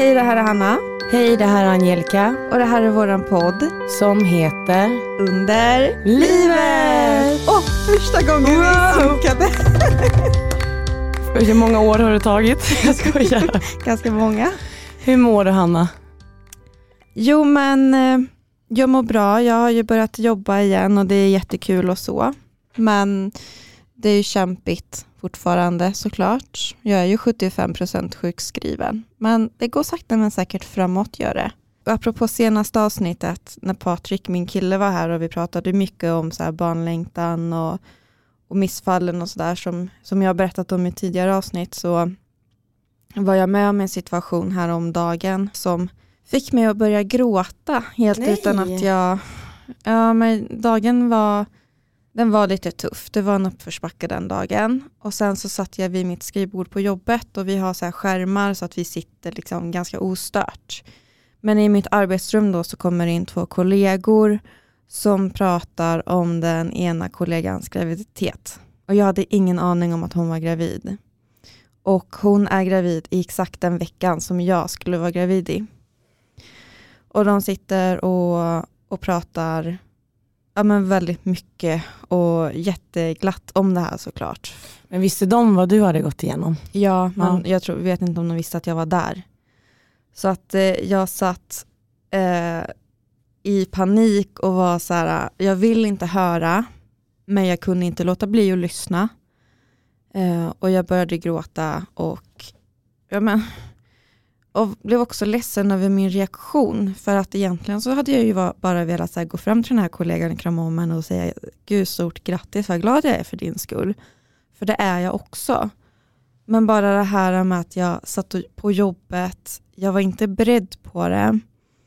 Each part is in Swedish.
Hej, det här är Hanna. Hej, det här är Angelica. Och det här är våran podd. Som heter Under livet! Första gången vi synkade. Hur många år har det tagit? Jag skojar. Ganska många. Hur mår du, Hanna? Jo, men jag mår bra. Jag har ju börjat jobba igen och det är jättekul och så. Men det är ju kämpigt fortfarande såklart. Jag är ju 75% sjukskriven. Men det går sakta men säkert framåt, gör det. Apropå senaste avsnittet när Patrik, min kille, var här och vi pratade mycket om så här barnlängtan och missfallen och sådär som jag har berättat om i tidigare avsnitt, så var jag med om en situation här om dagen som fick mig att börja gråta helt utan att jag... Ja, men dagen var... Den var lite tuff. Det var en uppförsbacke den dagen. Och sen så satt jag vid mitt skrivbord på jobbet och vi har så här skärmar så att vi sitter liksom ganska ostört. Men i mitt arbetsrum då så kommer in 2 kollegor som pratar om den ena kollegans graviditet. Och jag hade ingen aning om att hon var gravid. Och hon är gravid i exakt den veckan som jag skulle vara gravid i. Och de sitter och pratar... Ja, men väldigt mycket och jätteglatt om det här såklart. Men visste de vad du hade gått igenom? Ja, men jag vet inte om de visste att jag var där. Så att jag satt i panik och var så här, jag vill inte höra, men jag kunde inte låta bli att lyssna. Och jag började gråta och blev också ledsen över min reaktion. För att egentligen så hade jag ju bara velat så här, gå fram till den här kollegan och krama om henne och säga, gud, stort grattis, vad glad jag är för din skull. För det är jag också. Men bara det här med att jag satt på jobbet, jag var inte beredd på det.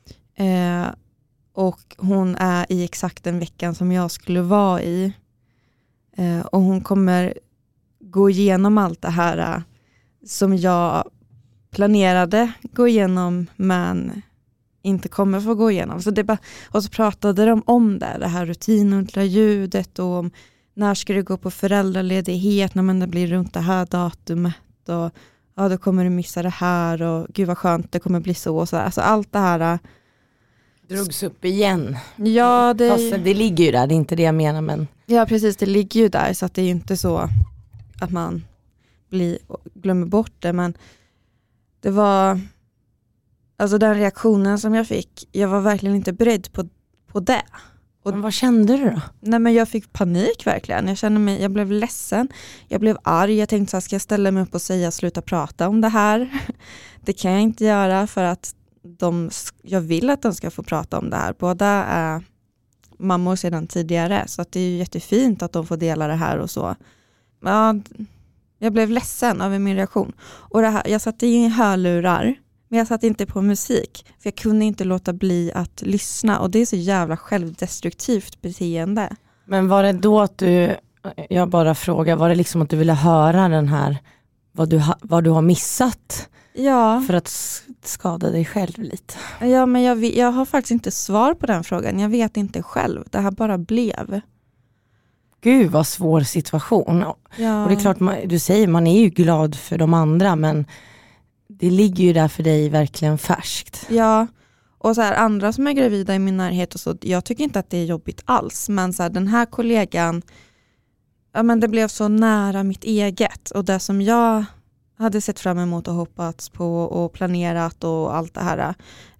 Och hon är i exakt den veckan som jag skulle vara i. Och hon kommer gå igenom allt det här som jag planerade gå igenom men inte kommer få gå igenom. Så och så pratade de om det här rutinultraljudet och om när ska du gå på föräldraledighet, när det blir runt det här datumet och ja, då kommer du missa det här och gud vad skönt det kommer bli så och så. Alltså allt det här drogs upp igen. Ja, fast det ligger ju där, det är inte det jag menar, men ja, precis, det ligger ju där så att det är ju inte så att man glömmer bort det, men det var, alltså den reaktionen som jag fick, jag var verkligen inte beredd på det. Men vad kände du då? Nej, men jag fick panik verkligen. Jag blev ledsen, jag blev arg. Jag tänkte så här, ska jag ställa mig upp och säga sluta prata om det här? Det kan jag inte göra för att jag vill att de ska få prata om det här. Båda är mammor sedan tidigare, så att det är ju jättefint att de får dela det här och så. Ja, jag blev ledsen över min reaktion. Och det här, jag satt i hörlurar, men jag satt inte på musik. För jag kunde inte låta bli att lyssna. Och det är så jävla självdestruktivt beteende. Men var det då att jag bara frågar, var det liksom att du ville höra den här, vad du har missat? Ja. För att skada dig själv lite. Ja, men jag har faktiskt inte svar på den frågan. Jag vet inte själv. Det här bara blev. Gud vad svår situation. Ja. Och det är klart, du säger man är ju glad för de andra, men det ligger ju där för dig verkligen färskt. Ja, och så här, andra som är gravida i min närhet och så, jag tycker inte att det är jobbigt alls. Men så här, den här kollegan, ja, men det blev så nära mitt eget. Och det som jag hade sett fram emot och hoppats på och planerat och allt det här.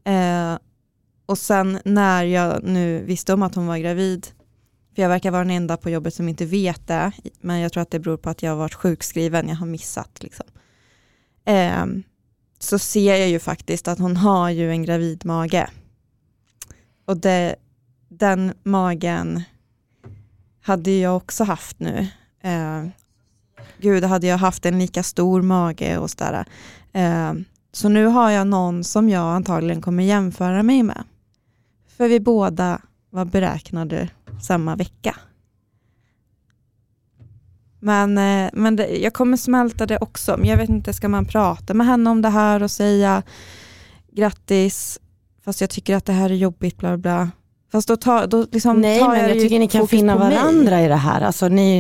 Och sen när jag nu visste om att hon var gravid, för jag verkar vara den enda på jobbet som inte vet det. Men jag tror att det beror på att jag har varit sjukskriven. Jag har missat liksom. Så ser jag ju faktiskt att hon har ju en gravid mage. Och den magen hade jag också haft nu. Gud, hade jag haft en lika stor mage och sådär. Så nu har jag någon som jag antagligen kommer jämföra mig med. För vi båda var beräknade samma vecka. Men jag kommer smälta det också. Men jag vet inte, ska man prata med henne om det här och säga grattis, fast jag tycker att det här är jobbigt, bla bla. Fast då liksom nej, tar men jag tycker ni kan finna varandra i det här. Alltså det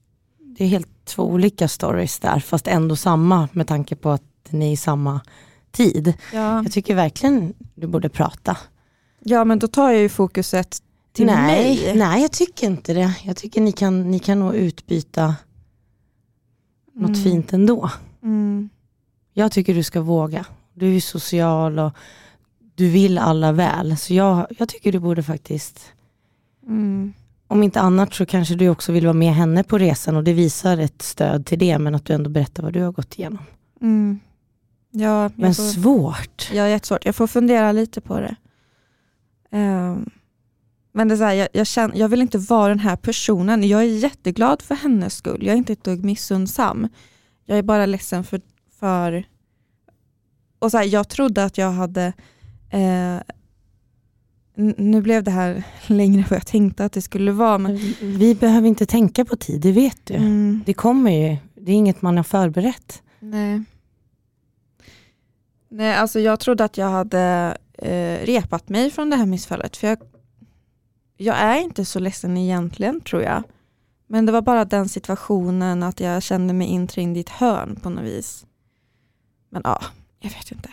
är helt 2 olika stories där, fast ändå samma, med tanke på att ni är i samma tid. Ja. Jag tycker verkligen du borde prata. Ja, men då tar jag ju fokuset till mig. Nej, jag tycker inte det. Jag tycker ni kan nog utbyta något fint ändå. Mm. Jag tycker du ska våga. Du är social och du vill alla väl. Så jag tycker du borde faktiskt... Om inte annat så kanske du också vill vara med henne på resan. Och det visar ett stöd till det. Men att du ändå berättar vad du har gått igenom. Ja, men svårt. Ja, jättesvårt. Jag får fundera lite på det. Men det är så här, jag vill inte vara den här personen. Jag är jätteglad för hennes skull. Jag är inte ett dugg missundsam. Jag är bara ledsen för... Och så här, jag trodde att jag hade... Nu blev det här längre än vad jag tänkte att det skulle vara. Men... Vi behöver inte tänka på tid, det vet du. Det kommer ju. Det är inget man har förberett. Nej, alltså jag trodde att jag hade repat mig från det här missfallet. För jag är inte så ledsen egentligen, tror jag. Men det var bara den situationen att jag kände mig inträngd i ett hörn på något vis. Men ja, jag vet inte.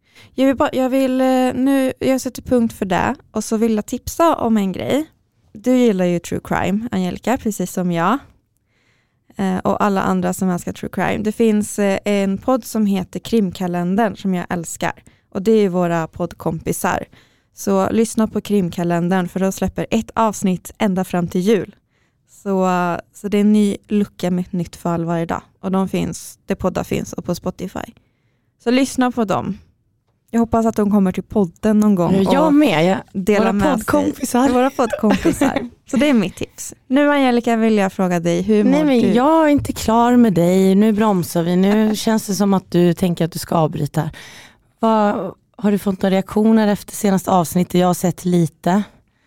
Jag sätter punkt för det. Och så vill jag tipsa om en grej. Du gillar ju true crime, Angelica, precis som jag. Och alla andra som älskar true crime. Det finns en podd som heter Krimkalendern som jag älskar. Och det är våra poddkompisar. Så lyssna på Krimkalendern för de släpper ett avsnitt ända fram till jul. Så det är en ny lucka med ett nytt fall varje dag. Och det poddar finns och på Spotify. Så lyssna på dem. Jag hoppas att de kommer till podden någon gång. Jag med. Delar med poddkompisar. Våra poddkompisar. Så det är mitt tips. Nu Angelica vill jag fråga dig, hur mår du? Jag är inte klar med dig. Nu bromsar vi. Nu känns det som att du tänker att du ska avbryta. Har du fått några reaktioner efter senaste avsnittet? Jag har sett lite.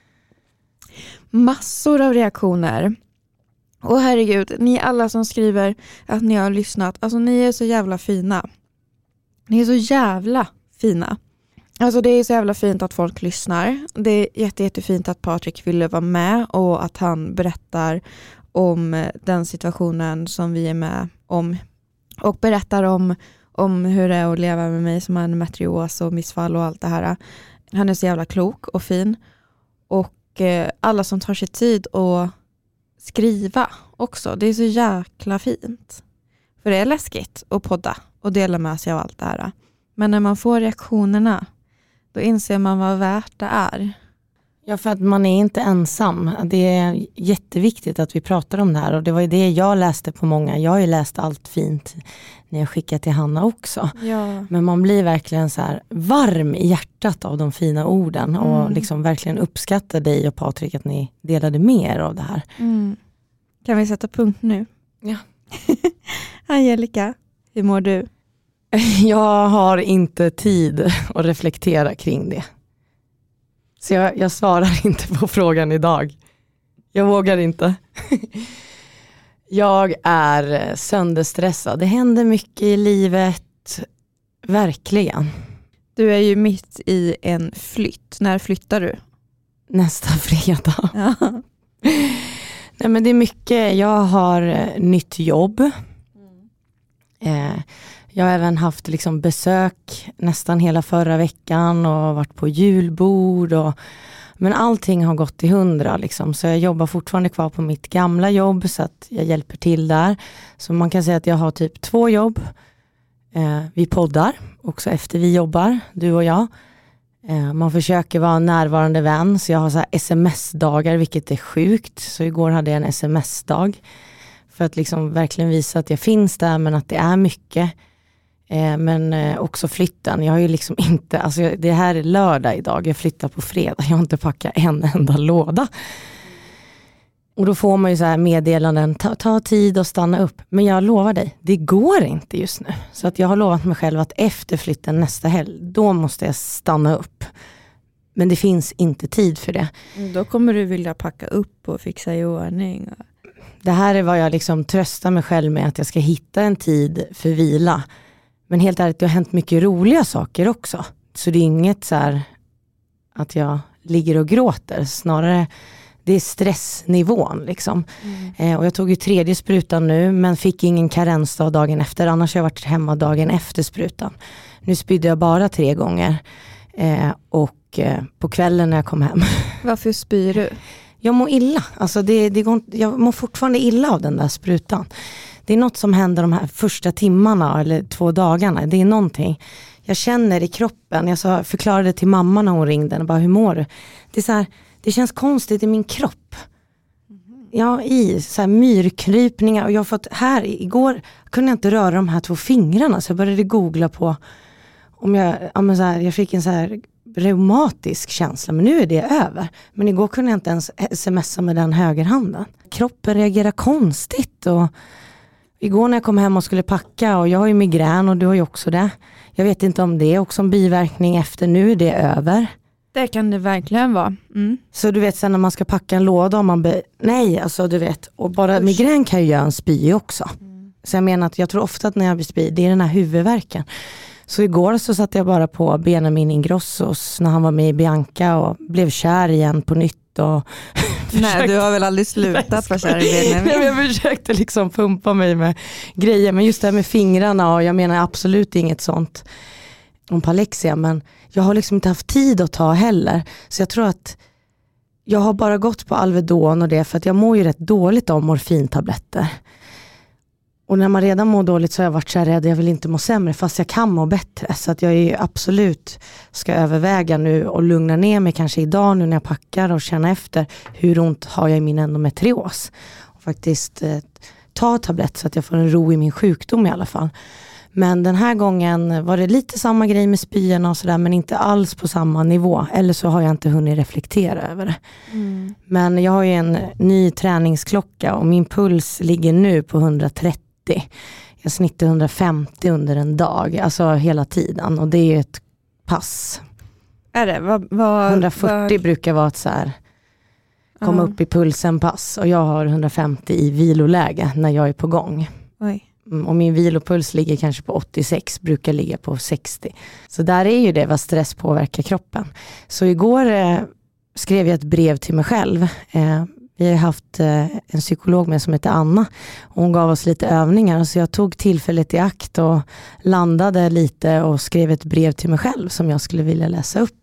Massor av reaktioner. Och herregud, ni alla som skriver att ni har lyssnat. Alltså ni är så jävla fina. Ni är så jävla fina. Alltså det är så jävla fint att folk lyssnar. Det är jättefint att Patrik ville vara med och att han berättar om den situationen som vi är med om. Och berättar om hur det är att leva med mig som har endometrios och missfall och allt det här. Han är så jävla klok och fin. Och alla som tar sig tid att skriva också. Det är så jäkla fint. För det är läskigt att podda och dela med sig av allt det här. Men när man får reaktionerna, då inser man vad värt det är. Ja, för att man är inte ensam. Det är jätteviktigt att vi pratar om det här. Och det var ju det jag läste på många. Jag har ju läst allt fint när jag skickade till Hanna också. Ja. Men man blir verkligen så här varm i hjärtat av de fina orden. Och liksom verkligen uppskattar dig och Patrik att ni delade med er av det här. Kan vi sätta punkt nu? Ja. Angelica, hur mår du? Jag har inte tid att reflektera kring det. Så jag svarar inte på frågan idag. Jag vågar inte. Jag är sönderstressad. Det händer mycket i livet. Verkligen. Du är ju mitt i en flytt. När flyttar du? Nästa fredag. Ja. Nej, men det är mycket. Jag har nytt jobb. Jag har även haft liksom besök nästan hela förra veckan och varit på julbord. Men allting har gått till 100 liksom. Så jag jobbar fortfarande kvar på mitt gamla jobb så att jag hjälper till där. Så man kan säga att jag har typ 2 jobb. Vi poddar också efter vi jobbar, du och jag. Man försöker vara en närvarande vän. Så jag har så här sms-dagar, vilket är sjukt. Så igår hade jag en sms-dag. För att liksom verkligen visa att jag finns där, men att det är mycket. Men också flytten. Jag har ju liksom inte, alltså det här är lördag idag. Jag flyttar på fredag. Jag har inte packat en enda låda. Och då får man ju så här meddelanden. Ta tid att stanna upp. Men jag lovar dig, det går inte just nu. Så att jag har lovat mig själv att efter flytten nästa helg, då måste jag stanna upp. Men det finns inte tid för det. Då kommer du vilja packa upp och fixa i ordning. Det här är vad jag liksom tröstar mig själv med. Att jag ska hitta en tid för vila. Men helt ärligt, det har hänt mycket roliga saker också. Så det är inget så här att jag ligger och gråter. Snarare, det är stressnivån liksom. Och jag tog ju 3:e sprutan nu, men fick ingen karensdag dagen efter. Annars har jag varit hemma dagen efter sprutan. Nu spydde jag bara 3 gånger. Och på kvällen när jag kom hem. Varför spyr du? Jag mår illa. Alltså jag mår fortfarande illa av den där sprutan. Det är något som händer de här första timmarna eller 2 dagarna. Det är någonting. Jag känner i kroppen. Jag förklarade till mamma när hon ringde. Bara, hur mår du? Det är så här, det känns konstigt i min kropp. Ja, i så här myrkrypningar. Och jag har fått igår kunde jag inte röra de här 2 fingrarna. Så jag började googla på om jag fick en så här reumatisk känsla, men nu är det över. Men igår kunde jag inte ens smsa med den högerhanden. Kroppen reagerar konstigt och igår när jag kom hem och skulle packa och jag har ju migrän och du har ju också det. Jag vet inte om det är också en biverkning efter, nu är det över. Det kan det verkligen vara. Så du vet sen när man ska packa en låda och man nej, alltså du vet, och bara migrän kan ju göra en spy också. Så jag menar att jag tror ofta att när jag blir spy, det är den här huvudvärken. Så igår så satt jag bara på Benjamin Ingrossos när han var med i Bianca och blev kär igen på nytt. Och nej, du har väl aldrig slutat vara kär i Benjamin? Jag försökte liksom pumpa mig med grejer, men just det här med fingrarna, och jag menar absolut inget sånt om Palexia, men jag har liksom inte haft tid att ta heller. Så jag tror att jag har bara gått på Alvedon och det för att jag mår ju rätt dåligt av morfintabletter. Och när man redan mår dåligt så har jag varit så här rädd, jag vill inte må sämre fast jag kan må bättre. Så att jag är absolut ska överväga nu och lugna ner mig kanske idag nu när jag packar och känna efter hur ont har jag i min endometrios. Och faktiskt ta tablett så att jag får en ro i min sjukdom i alla fall. Men den här gången var det lite samma grej med spyorna och sådär, men inte alls på samma nivå. Eller så har jag inte hunnit reflektera över det. Men jag har ju en ny träningsklocka och min puls ligger nu på 130. Jag snittar 150 under en dag, alltså hela tiden, och det är ju ett pass. Är det? 140 brukar vara ett så här komma upp i pulsen pass, och jag har 150 i viloläge när jag är på gång. Oj. Och min vilopuls ligger kanske på 86, brukar ligga på 60. Så där är ju det vad stress påverkar kroppen. Så igår skrev jag ett brev till mig själv. Vi har haft en psykolog med som heter Anna. Och hon gav oss lite övningar. Så jag tog tillfället i akt och landade lite och skrev ett brev till mig själv som jag skulle vilja läsa upp.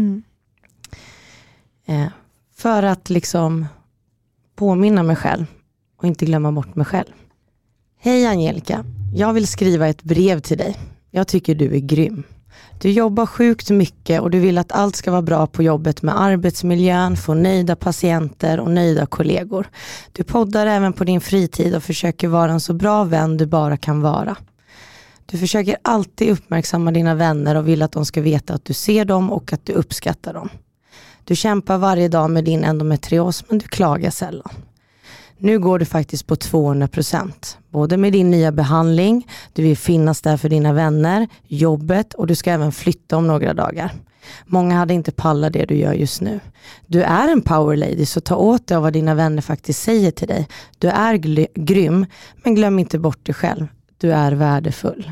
För att liksom påminna mig själv och inte glömma bort mig själv. Hej Angelica, jag vill skriva ett brev till dig. Jag tycker du är grym. Du jobbar sjukt mycket och du vill att allt ska vara bra på jobbet med arbetsmiljön, få nöjda patienter och nöjda kollegor. Du poddar även på din fritid och försöker vara en så bra vän du bara kan vara. Du försöker alltid uppmärksamma dina vänner och vill att de ska veta att du ser dem och att du uppskattar dem. Du kämpar varje dag med din endometrios, men du klagar sällan. Nu går du faktiskt på 200%. Både med din nya behandling, du vill finnas där för dina vänner, jobbet, och du ska även flytta om några dagar. Många hade inte pallat det du gör just nu. Du är en power lady, så ta åt dig av vad dina vänner faktiskt säger till dig. Du är grym, men glöm inte bort dig själv. Du är värdefull.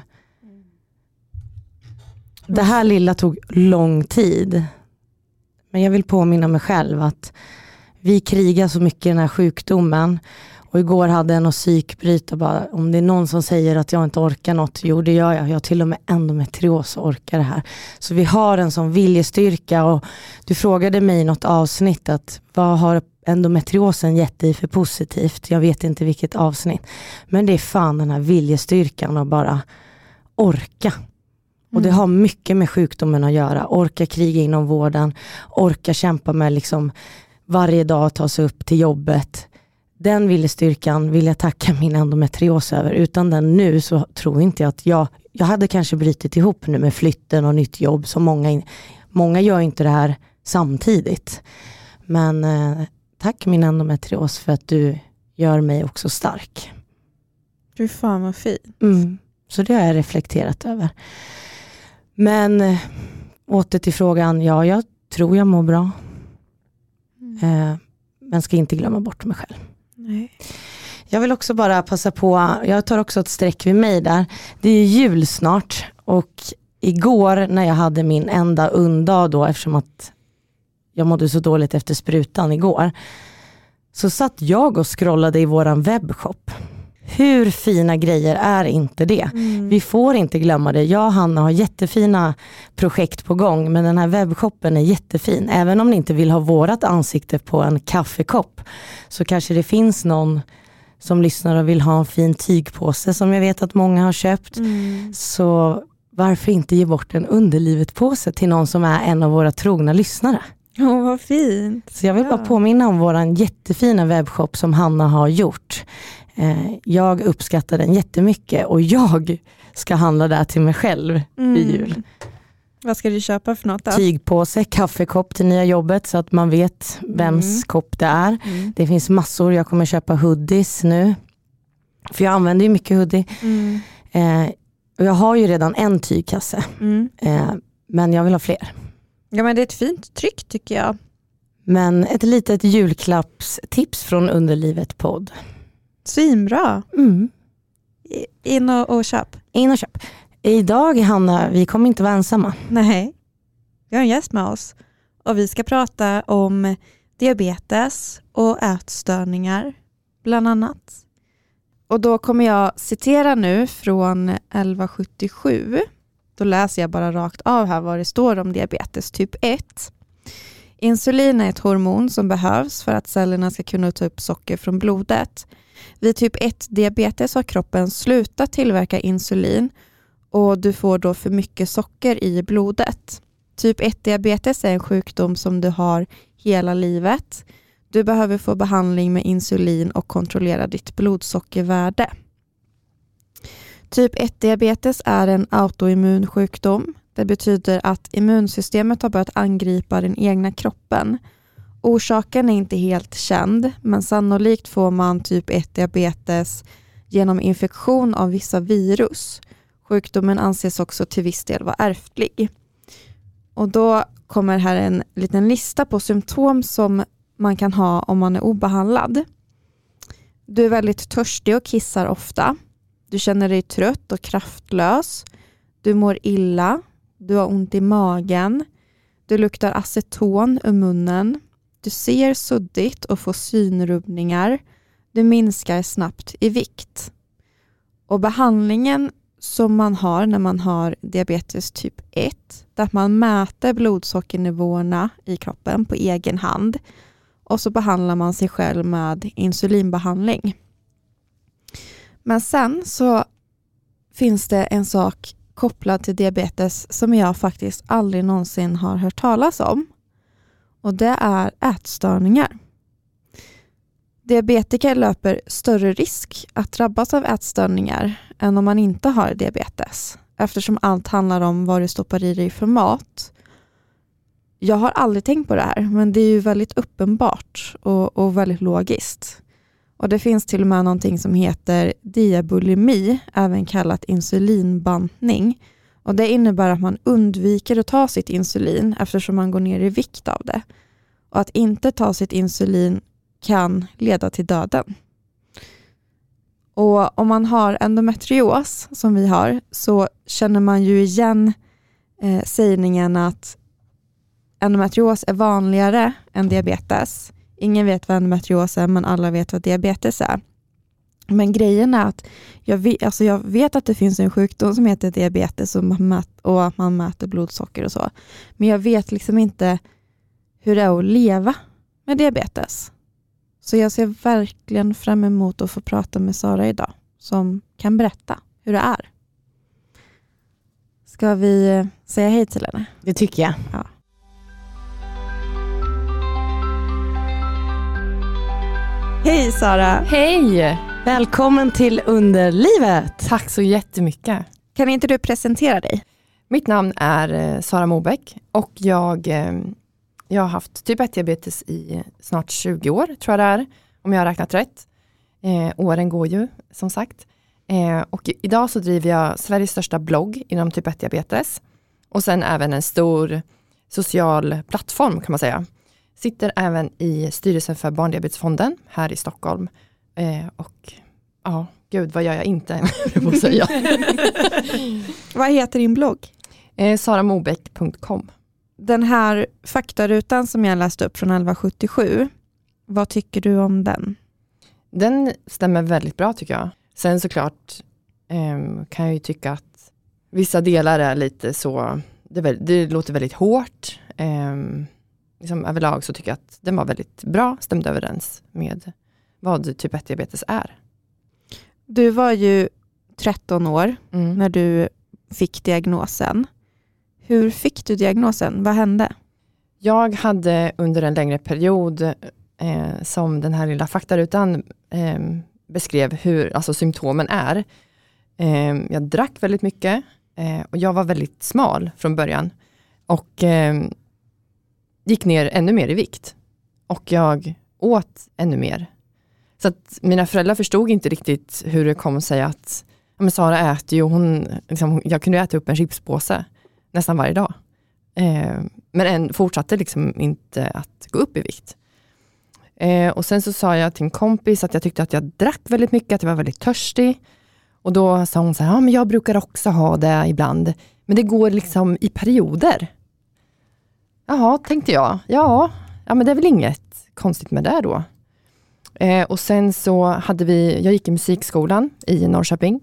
Det här lilla tog lång tid. Men jag vill påminna mig själv att vi krigar så mycket i den här sjukdomen. Och igår hade en psykbryta bara, om det är någon som säger att jag inte orkar något, jo det gör jag. Jag har till och med endometrios och orkar det här. Så vi har en sån viljestyrka, och du frågade mig i något avsnitt att vad har endometriosen gett dig för positivt? Jag vet inte vilket avsnitt. Men det är fan den här viljestyrkan och bara orka. Och det har mycket med sjukdomen att göra. Orka kriga inom vården, orka kämpa med liksom varje dag ta sig upp till jobbet. Den viljestyrkan vill jag tacka min endometrios över. Utan den nu så tror inte jag att jag hade kanske brytit ihop nu med flytten och nytt jobb. Så många gör inte det här samtidigt. Men tack min endometrios för att du gör mig också stark. Du fan vad fint. Så det har jag reflekterat över. Men åter till frågan, ja jag tror jag mår bra. Men ska inte glömma bort mig själv. Nej. Jag vill också bara passa på, jag tar också ett streck vid mig där. Det är jul snart, och igår när jag hade min enda unddag då, eftersom att jag mådde så dåligt efter sprutan igår, så satt jag och scrollade i våran webbshop. Hur fina grejer är inte det? Vi får inte glömma det. Jag och Hanna har jättefina projekt på gång, men den här webbshoppen är jättefin. Även om ni inte vill ha vårat ansikte på en kaffekopp, så kanske det finns någon som lyssnar och vill ha en fin tygpåse som jag vet att många har köpt. Så varför inte ge bort en underlivet-påse till någon som är en av våra trogna lyssnare? Vad fint. Så jag vill bara påminna om våran jättefina webbshop som Hanna har gjort. Jag uppskattar den jättemycket och jag ska handla där till mig själv i jul. Vad ska du köpa för något då? Tygpåse, kaffekopp till nya jobbet så att man vet vems kopp det är. Det finns massor. Jag kommer köpa hoodies nu. För jag använder ju mycket hoodie. Och jag har ju redan en tygkasse. Men jag vill ha fler. Ja, men det är ett fint tryck tycker jag. Men ett litet julklappstips från Underlivet podd. Svinbra. In och köp. In och köp. Idag, Hanna, vi kommer inte vara ensamma. Nej, vi har en gäst med oss. Och vi ska prata om diabetes och ätstörningar, bland annat. Och då kommer jag citera nu från 1177. Då läser jag bara rakt av här vad det står om diabetes typ 1. Insulin är ett hormon som behövs för att cellerna ska kunna ta upp socker från blodet. Vid typ 1-diabetes har kroppen slutat tillverka insulin och du får då för mycket socker i blodet. Typ 1-diabetes är en sjukdom som du har hela livet. Du behöver få behandling med insulin och kontrollera ditt blodsockervärde. Typ 1-diabetes är en autoimmun sjukdom. Det betyder att immunsystemet har börjat angripa den egna kroppen. Orsaken är inte helt känd, men sannolikt får man typ 1-diabetes genom infektion av vissa virus. Sjukdomen anses också till viss del vara ärftlig. Och då kommer här en liten lista på symptom som man kan ha om man är obehandlad. Du är väldigt törstig och kissar ofta. Du känner dig trött och kraftlös. Du mår illa. Du har ont i magen. Du luktar aceton ur munnen. Du ser suddigt och får synrubbningar. Du minskar snabbt i vikt. Och behandlingen som man har när man har diabetes typ 1, där man mäter blodsockernivåerna i kroppen på egen hand. Och så behandlar man sig själv med insulinbehandling. Men sen så finns det en sak kopplad till diabetes som jag faktiskt aldrig någonsin har hört talas om. Och det är ätstörningar. Diabetiker löper större risk att drabbas av ätstörningar än om man inte har diabetes. Eftersom allt handlar om vad du stoppar i dig för mat. Jag har aldrig tänkt på det här, men det är ju väldigt uppenbart och väldigt logiskt. Och det finns till och med någonting som heter diabulimi, även kallat insulinbantning. Och det innebär att man undviker att ta sitt insulin eftersom man går ner i vikt av det. Och att inte ta sitt insulin kan leda till döden. Och om man har endometrios som vi har så känner man ju igen sägningen att endometrios är vanligare än diabetes. Ingen vet vad endometrios är, men alla vet vad diabetes är. Men grejen är att jag vet att det finns en sjukdom som heter diabetes och att man mäter blodsocker och så. Men jag vet liksom inte hur det är att leva med diabetes. Så jag ser verkligen fram emot att få prata med Sara idag som kan berätta hur det är. Ska vi säga hej till henne? Det tycker jag. Ja. Hej Sara! Hej! Välkommen till Underlivet! Tack så jättemycket. Kan inte du presentera dig? Mitt namn är Sara Mobeck och jag har haft typ 1-diabetes i snart 20 år, tror jag det är, om jag har räknat rätt. Åren går ju, som sagt. Och idag så driver jag Sveriges största blogg inom typ 1-diabetes. Och sen även en stor social plattform kan man säga. Sitter även i styrelsen för Barndiabetesfonden här i Stockholm. Och ja, gud vad gör jag inte på säga. Vad heter din blogg? saramobeck.com. Den här faktarutan som jag läste upp från 1177. Vad tycker du om den? Den stämmer väldigt bra tycker jag. Sen såklart kan jag ju tycka att vissa delar är lite så, det låter väldigt hårt. Liksom överlag så tycker jag att den var väldigt bra, stämde överens med vad typ 1-diabetes är. Du var ju 13 år när du fick diagnosen. Hur fick du diagnosen? Vad hände? Jag hade under en längre period som den här lilla faktarutan beskrev hur alltså symptomen är. Jag drack väldigt mycket och jag var väldigt smal från början och gick ner ännu mer i vikt. Och jag åt ännu mer. Så att mina föräldrar förstod inte riktigt hur det kom sig att men Sara äter ju, jag kunde äta upp en chipspåse nästan varje dag. Men fortsatte liksom inte att gå upp i vikt. Och sen så sa jag till en kompis att jag tyckte att jag drack väldigt mycket, att jag var väldigt törstig. Och då sa hon så här, men jag brukar också ha det ibland. Men det går liksom i perioder. Jaha, tänkte jag. Ja, men det är väl inget konstigt med det då. Och sen så jag gick i musikskolan i Norrköping.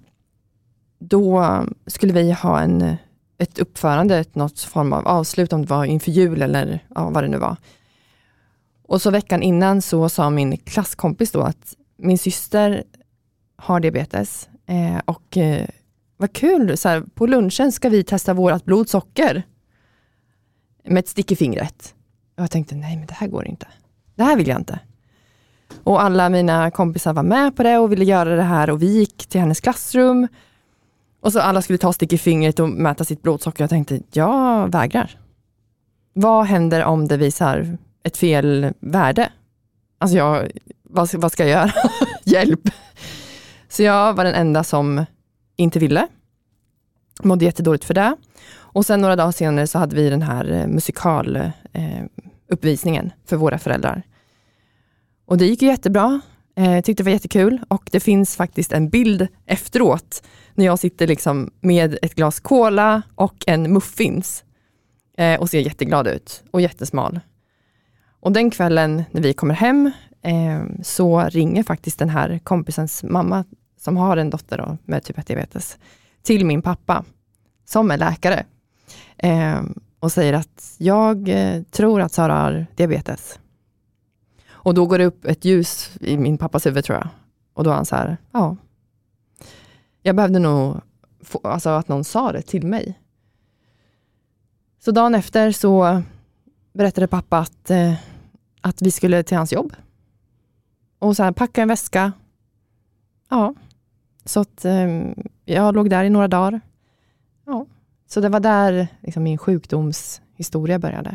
Då skulle vi ha ett uppförande, något form av avslut, om det var inför jul eller vad det nu var. Och så veckan innan så sa min klasskompis då att min syster har diabetes. Och vad kul, så här, på lunchen ska vi testa vårt blodsocker med ett stick i fingret. Och jag tänkte, nej men det här går inte. Det här vill jag inte. Och alla mina kompisar var med på det och ville göra det här. Och vi gick till hennes klassrum. Och så alla skulle ta stick i fingret och mäta sitt blodsocker. Jag tänkte, jag vägrar. Vad händer om det visar ett fel värde? Alltså vad ska jag göra? Hjälp! Så jag var den enda som inte ville. Mådde jättedåligt för det. Och sen några dagar senare så hade vi den här musikaluppvisningen för våra föräldrar. Och det gick ju jättebra. Tyckte det var jättekul. Och det finns faktiskt en bild efteråt när jag sitter liksom med ett glas cola och en muffins. Och ser jätteglad ut och jättesmal. Och den kvällen när vi kommer hem så ringer faktiskt den här kompisens mamma som har en dotter då, med typ 1-diabetes till min pappa som är läkare. Och säger att jag tror att Sara har diabetes. Och då går det upp ett ljus i min pappas huvud tror jag. Och då är han så här, ja. Jag behövde nog att någon sa det till mig. Så dagen efter så berättade pappa att vi skulle till hans jobb. Och så här, packa en väska. Ja. Så att jag låg där i några dagar. Ja. Så det var där liksom min sjukdomshistoria började.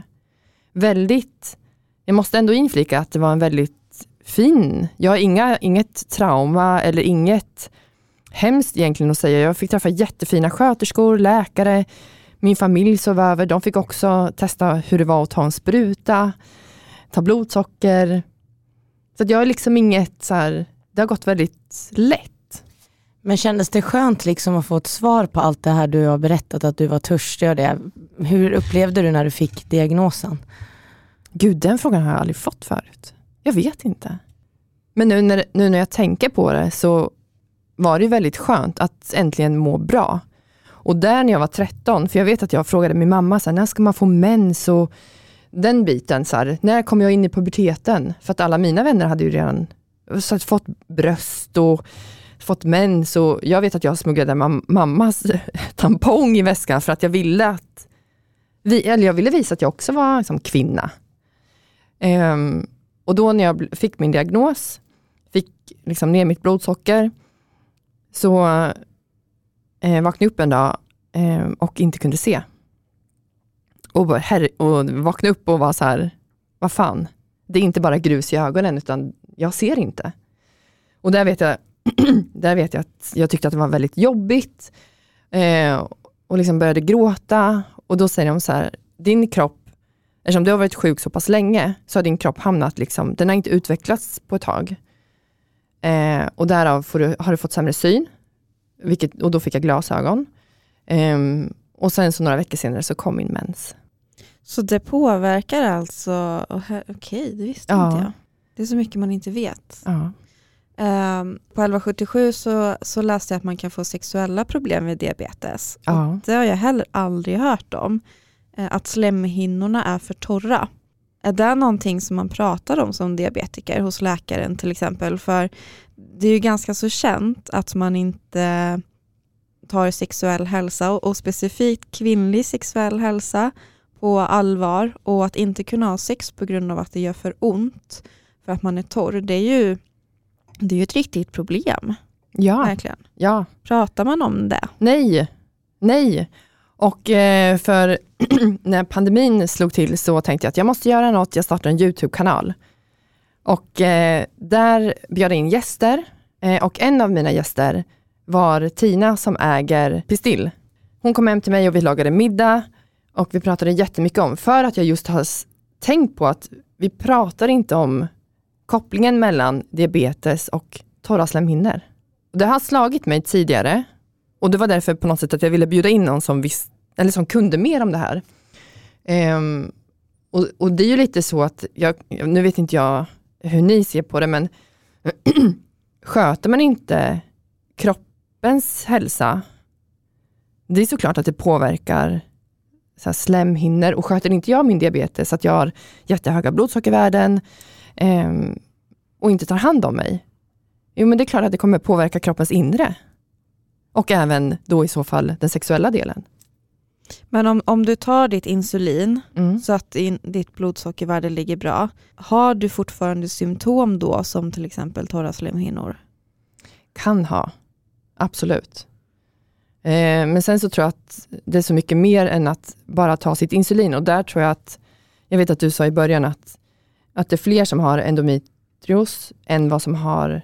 Jag måste ändå inflika att det var en väldigt fin. Jag har inget trauma eller inget hemskt egentligen att säga. Jag fick träffa jättefina sköterskor, läkare. Min familj sov över. De fick också testa hur det var att ta en spruta. Ta blodsocker. Så att jag är liksom inget så här. Det har gått väldigt lätt. Men kändes det skönt liksom att få ett svar på allt det här du har berättat, att du var törstig och det? Hur upplevde du när du fick diagnosen? Gud, den frågan har jag aldrig fått förut. Jag vet inte. Men nu när jag tänker på det så var det väldigt skönt att äntligen må bra. Och där när jag var 13, för jag vet att jag frågade min mamma så här, när ska man få mens och den biten så här, när kom jag in i puberteten? För att alla mina vänner hade ju redan så att, fått bröst och fått mens och jag vet att jag smugglade mammas tampong i väskan för att jag ville visa att jag också var liksom kvinna. Och då när jag fick min diagnos, fick liksom ner mitt blodsocker, så vaknade jag upp en dag och inte kunde se. Och vaknade upp och var så här, vad fan, det är inte bara grus i ögonen utan jag ser inte. Och där vet jag att jag tyckte att det var väldigt jobbigt och liksom började gråta. Och då säger de så här, din kropp, eftersom du har varit sjuk så pass länge så har din kropp hamnat liksom, den har inte utvecklats på ett tag. Och därav har du fått sämre syn. Och då fick jag glasögon. Och sen så några veckor senare så kom min mens. Så det påverkar alltså, okej, det visste inte jag. Det är så mycket man inte vet. Ja. På 1177 så läste jag att man kan få sexuella problem vid diabetes. Ja. Och det har jag heller aldrig hört om. Att slemhinnorna är för torra. Är det någonting som man pratar om som diabetiker hos läkaren till exempel? För det är ju ganska så känt att man inte tar sexuell hälsa och specifikt kvinnlig sexuell hälsa på allvar. Och att inte kunna ha sex på grund av att det gör för ont för att man är torr. Det är ju ett riktigt problem. Ja. Verkligen. Ja. Pratar man om det? Nej. Och för när pandemin slog till så tänkte jag att jag måste göra något. Jag startade en YouTube-kanal. Och där bjöd jag in gäster. Och en av mina gäster var Tina som äger Pistill. Hon kom hem till mig och vi lagade middag. Och vi pratade jättemycket om, för att jag just har tänkt på att vi pratar inte om kopplingen mellan diabetes och torra slemhinnor. Det har slagit mig tidigare. Och det var därför på något sätt att jag ville bjuda in någon som visste, eller som kunde mer om det här. Och det är ju lite så att, nu vet inte jag hur ni ser på det, men sköter man inte kroppens hälsa, det är såklart att det påverkar så här slemhinnor. Och sköter inte jag min diabetes, att jag har jättehöga blodsockervärden och inte tar hand om mig, jo men det är klart att det kommer påverka kroppens inre. Och även då i så fall den sexuella delen. Men om du tar ditt insulin så att ditt blodsockervärde ligger bra, har du fortfarande symptom då som till exempel torra slemhinnor? Kan ha, absolut. Men sen så tror jag att det är så mycket mer än att bara ta sitt insulin. Och där tror jag att, jag vet att du sa i början att det är fler som har endometrios än vad som har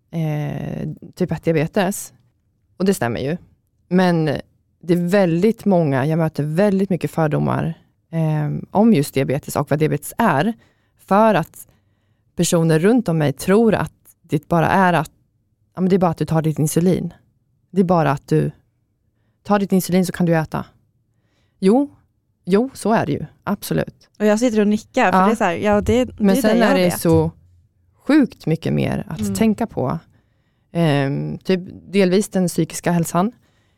typ 1-diabetes. Och det stämmer ju. Men det är väldigt många, jag möter väldigt mycket fördomar om just diabetes och vad diabetes är. För att personer runt om mig tror att det bara är att, ja, men det är bara att du tar ditt insulin. Det är bara att du tar ditt insulin så kan du äta. Jo, så är det ju. Absolut. Och jag sitter och nickar för det är så här, ja det men det sen jag är det vet. så sjukt mycket mer att tänka på. Typ delvis den psykiska hälsan.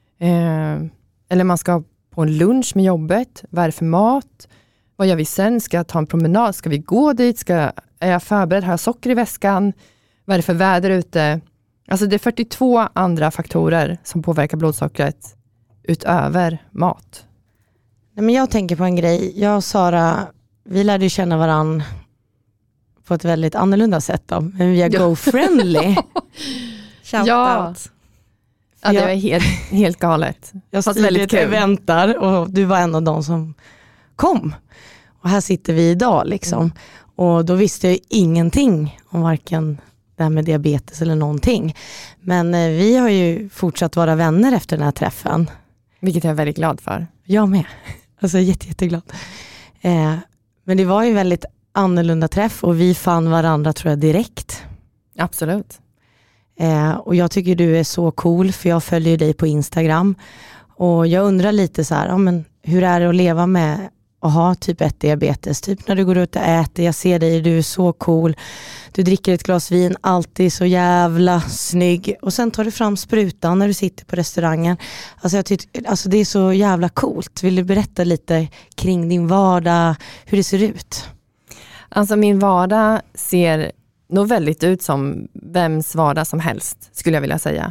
Eller man ska på en lunch med jobbet. Vad är det för mat? Vad gör vi sen? Ska jag ta en promenad? Ska vi gå dit? Är jag förberedd? Har jag socker i väskan? Vad är det för väder ute? Alltså det är 42 andra faktorer som påverkar blodsockret utöver mat. Nej, men jag tänker på en grej. Jag och Sara, vi lärde ju känna varann på ett väldigt annorlunda sätt då. Men via GoFriendly. Shout Ja. out. Ja, det var helt galet. Jag Fast styrde väldigt ett kul. event där och du var en av de som kom. Och här sitter vi idag liksom. Och då visste jag ingenting om varken det här med diabetes eller någonting. Men vi har ju fortsatt vara vänner efter den här träffen. Vilket jag är väldigt glad för. Jag med. Alltså jätteglad. Men det var ju väldigt annorlunda träff och vi fann varandra tror jag direkt. Absolut. Och jag tycker du är så cool för jag följer dig på Instagram. Och jag undrar lite så här, ja, men hur är det att leva med att ha typ 1-diabetes? Typ när du går ut och äter, jag ser dig, du är så cool. Du dricker ett glas vin, alltid så jävla snygg. Och sen tar du fram sprutan när du sitter på restaurangen. Alltså, alltså det är så jävla coolt. Vill du berätta lite kring din vardag, hur det ser ut? Alltså min vardag ser nog väldigt ut som vems vardag som helst, skulle jag vilja säga.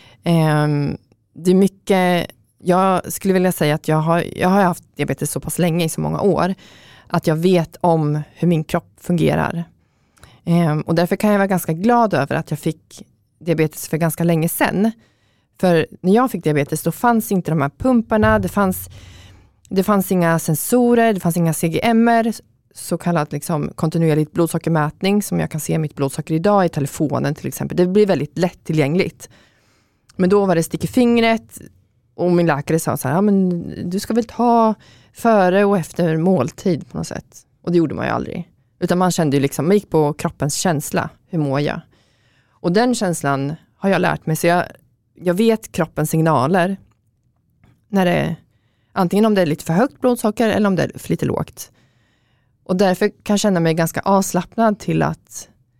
Det är mycket, jag skulle vilja säga att jag har haft diabetes så pass länge, i så många år, att jag vet om hur min kropp fungerar. Och därför kan jag vara ganska glad över att jag fick diabetes för ganska länge sedan. För när jag fick diabetes då fanns inte de här pumparna, det fanns inga sensorer, det fanns inga CGM:er, så kallat liksom kontinuerligt blodsockermätning som jag kan se mitt blodsocker idag i telefonen till exempel. Det blir väldigt lättillgängligt. Men då var det stick i fingret och min läkare sa så här, ja, men du ska väl ta före och efter måltid på något sätt. Och det gjorde man ju aldrig. Utan man kände ju liksom, man gick på kroppens känsla, hur mår jag? Och den känslan har jag lärt mig, så jag vet kroppens signaler när det, antingen om det är lite för högt blodsocker eller om det är för lite lågt. Och därför kan jag känna mig ganska avslappnad till att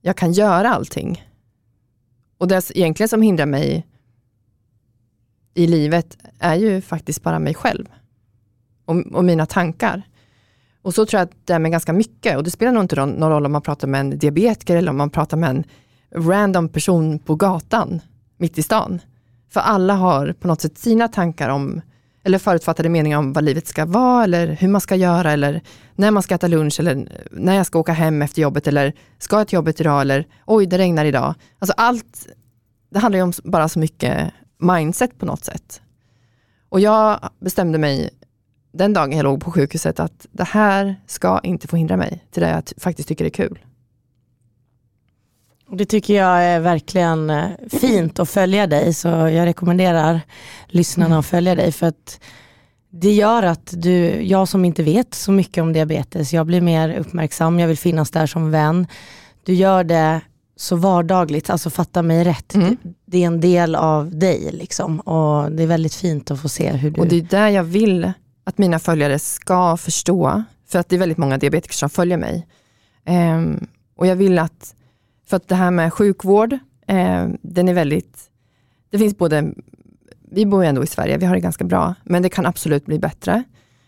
jag kan göra allting. Och det egentligen som hindrar mig i livet är ju faktiskt bara mig själv. Och mina tankar. Och så tror jag att det är med ganska mycket. Och det spelar nog inte någon roll om man pratar med en diabetiker eller om man pratar med en random person på gatan mitt i stan. För alla har på något sätt sina tankar om, eller förutfattade meningar om vad livet ska vara eller hur man ska göra eller när man ska äta lunch eller när jag ska åka hem efter jobbet eller ska jag till jobbet idag eller oj det regnar idag. Alltså allt, det handlar ju om bara så mycket mindset på något sätt. Och jag bestämde mig den dagen jag låg på sjukhuset att det här ska inte få hindra mig till det jag faktiskt tycker är kul. Och det tycker jag är verkligen fint att följa dig, så jag rekommenderar lyssnarna att följa dig, för att det gör att jag som inte vet så mycket om diabetes, jag blir mer uppmärksam, jag vill finnas där som vän. Du gör det så vardagligt, alltså fatta mig rätt. Det är en del av dig liksom, och det är väldigt fint att få se hur du... Och det är där jag vill att mina följare ska förstå, för att det är väldigt många diabetiker som följer mig. Och jag vill att, för att det här med sjukvård, den är väldigt, det finns både, vi bor ju ändå i Sverige, vi har det ganska bra, men det kan absolut bli bättre.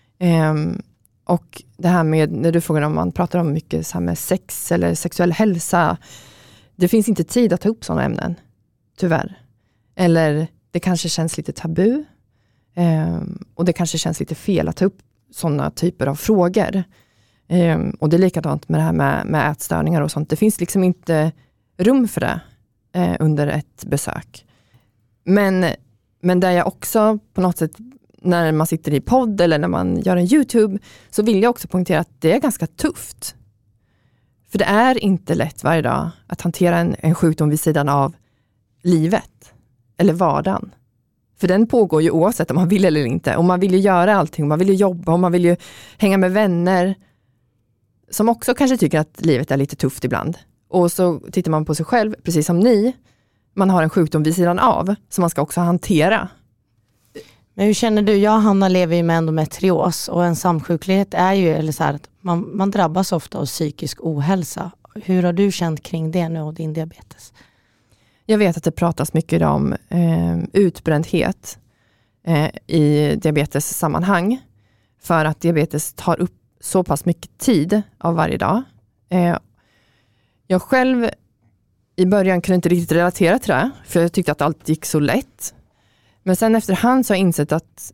Och det här med, när du frågar om man pratar om mycket så här med sex eller sexuell hälsa, det finns inte tid att ta upp sådana ämnen, tyvärr. Eller det kanske känns lite tabu. Och det kanske känns lite fel att ta upp sådana typer av frågor. Och det är likadant med det här med ätstörningar och sånt. Det finns liksom inte rum för det under ett besök. Men där jag också på något sätt, när man sitter i podd eller när man gör en YouTube, så vill jag också poängtera att det är ganska tufft. För det är inte lätt varje dag att hantera en sjukdom vid sidan av livet eller vardagen. För den pågår ju oavsett om man vill eller inte. Och man vill ju göra allting. Man vill ju jobba och man vill ju hänga med vänner som också kanske tycker att livet är lite tufft ibland. Och så tittar man på sig själv, precis som ni. Man har en sjukdom vid sidan av som man ska också hantera. Men hur känner du? Jag och Hanna lever ju med endometrios, och en samsjuklighet är ju, eller så här, att man drabbas ofta av psykisk ohälsa. Hur har du känt kring det nu och din diabetes? Jag vet att det pratas mycket idag om utbrändhet i diabetes-sammanhang. För att diabetes tar upp så pass mycket tid av varje dag. Jag själv i början kunde inte riktigt relatera till det. För jag tyckte att allt gick så lätt. Men sen efterhand så har jag insett att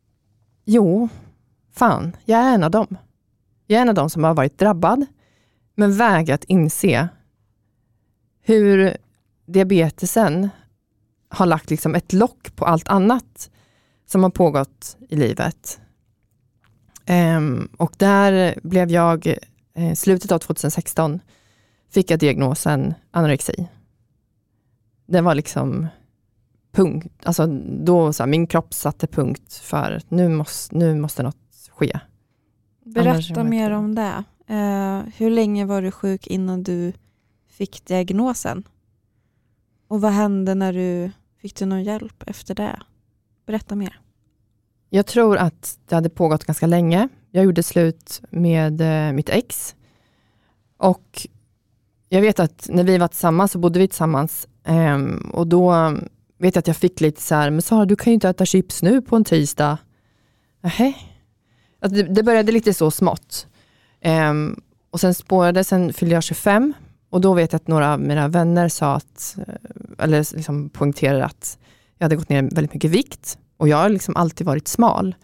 jag är en av dem. Jag är en av dem som har varit drabbad. Men vägrat inse hur diabetesen har lagt liksom ett lock på allt annat som har pågått i livet. Och där blev jag, slutet av 2016, fick jag diagnosen anorexi. Det var liksom punkt. Alltså då så här, min kropp satte punkt för nu måste något ske. Berätta mer om det. Hur länge var du sjuk innan du fick diagnosen? Och vad hände när du fick någon hjälp efter det? Berätta mer. Jag tror att det hade pågått ganska länge. Jag gjorde slut med mitt ex. Och jag vet att när vi var tillsammans så bodde vi tillsammans. Och då vet jag att jag fick lite så här, men Sara, du kan ju inte äta chips nu på en tisdag. Nähä. Alltså det började lite så smått. Och sen fyllde jag 25. Och då vet jag att några av mina vänner sa att, eller liksom poängterade att jag hade gått ner väldigt mycket vikt. Och jag har liksom alltid varit smal.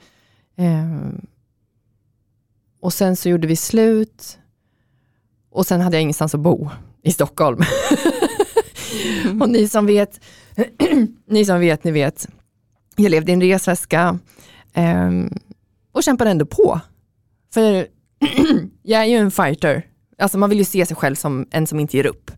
Och sen så gjorde vi slut. Och sen hade jag ingenstans att bo i Stockholm. Och ni som vet, ni vet. Jag levde i en resväska. Och kämpade ändå på. För jag är ju en fighter. Alltså man vill ju se sig själv som en som inte ger upp.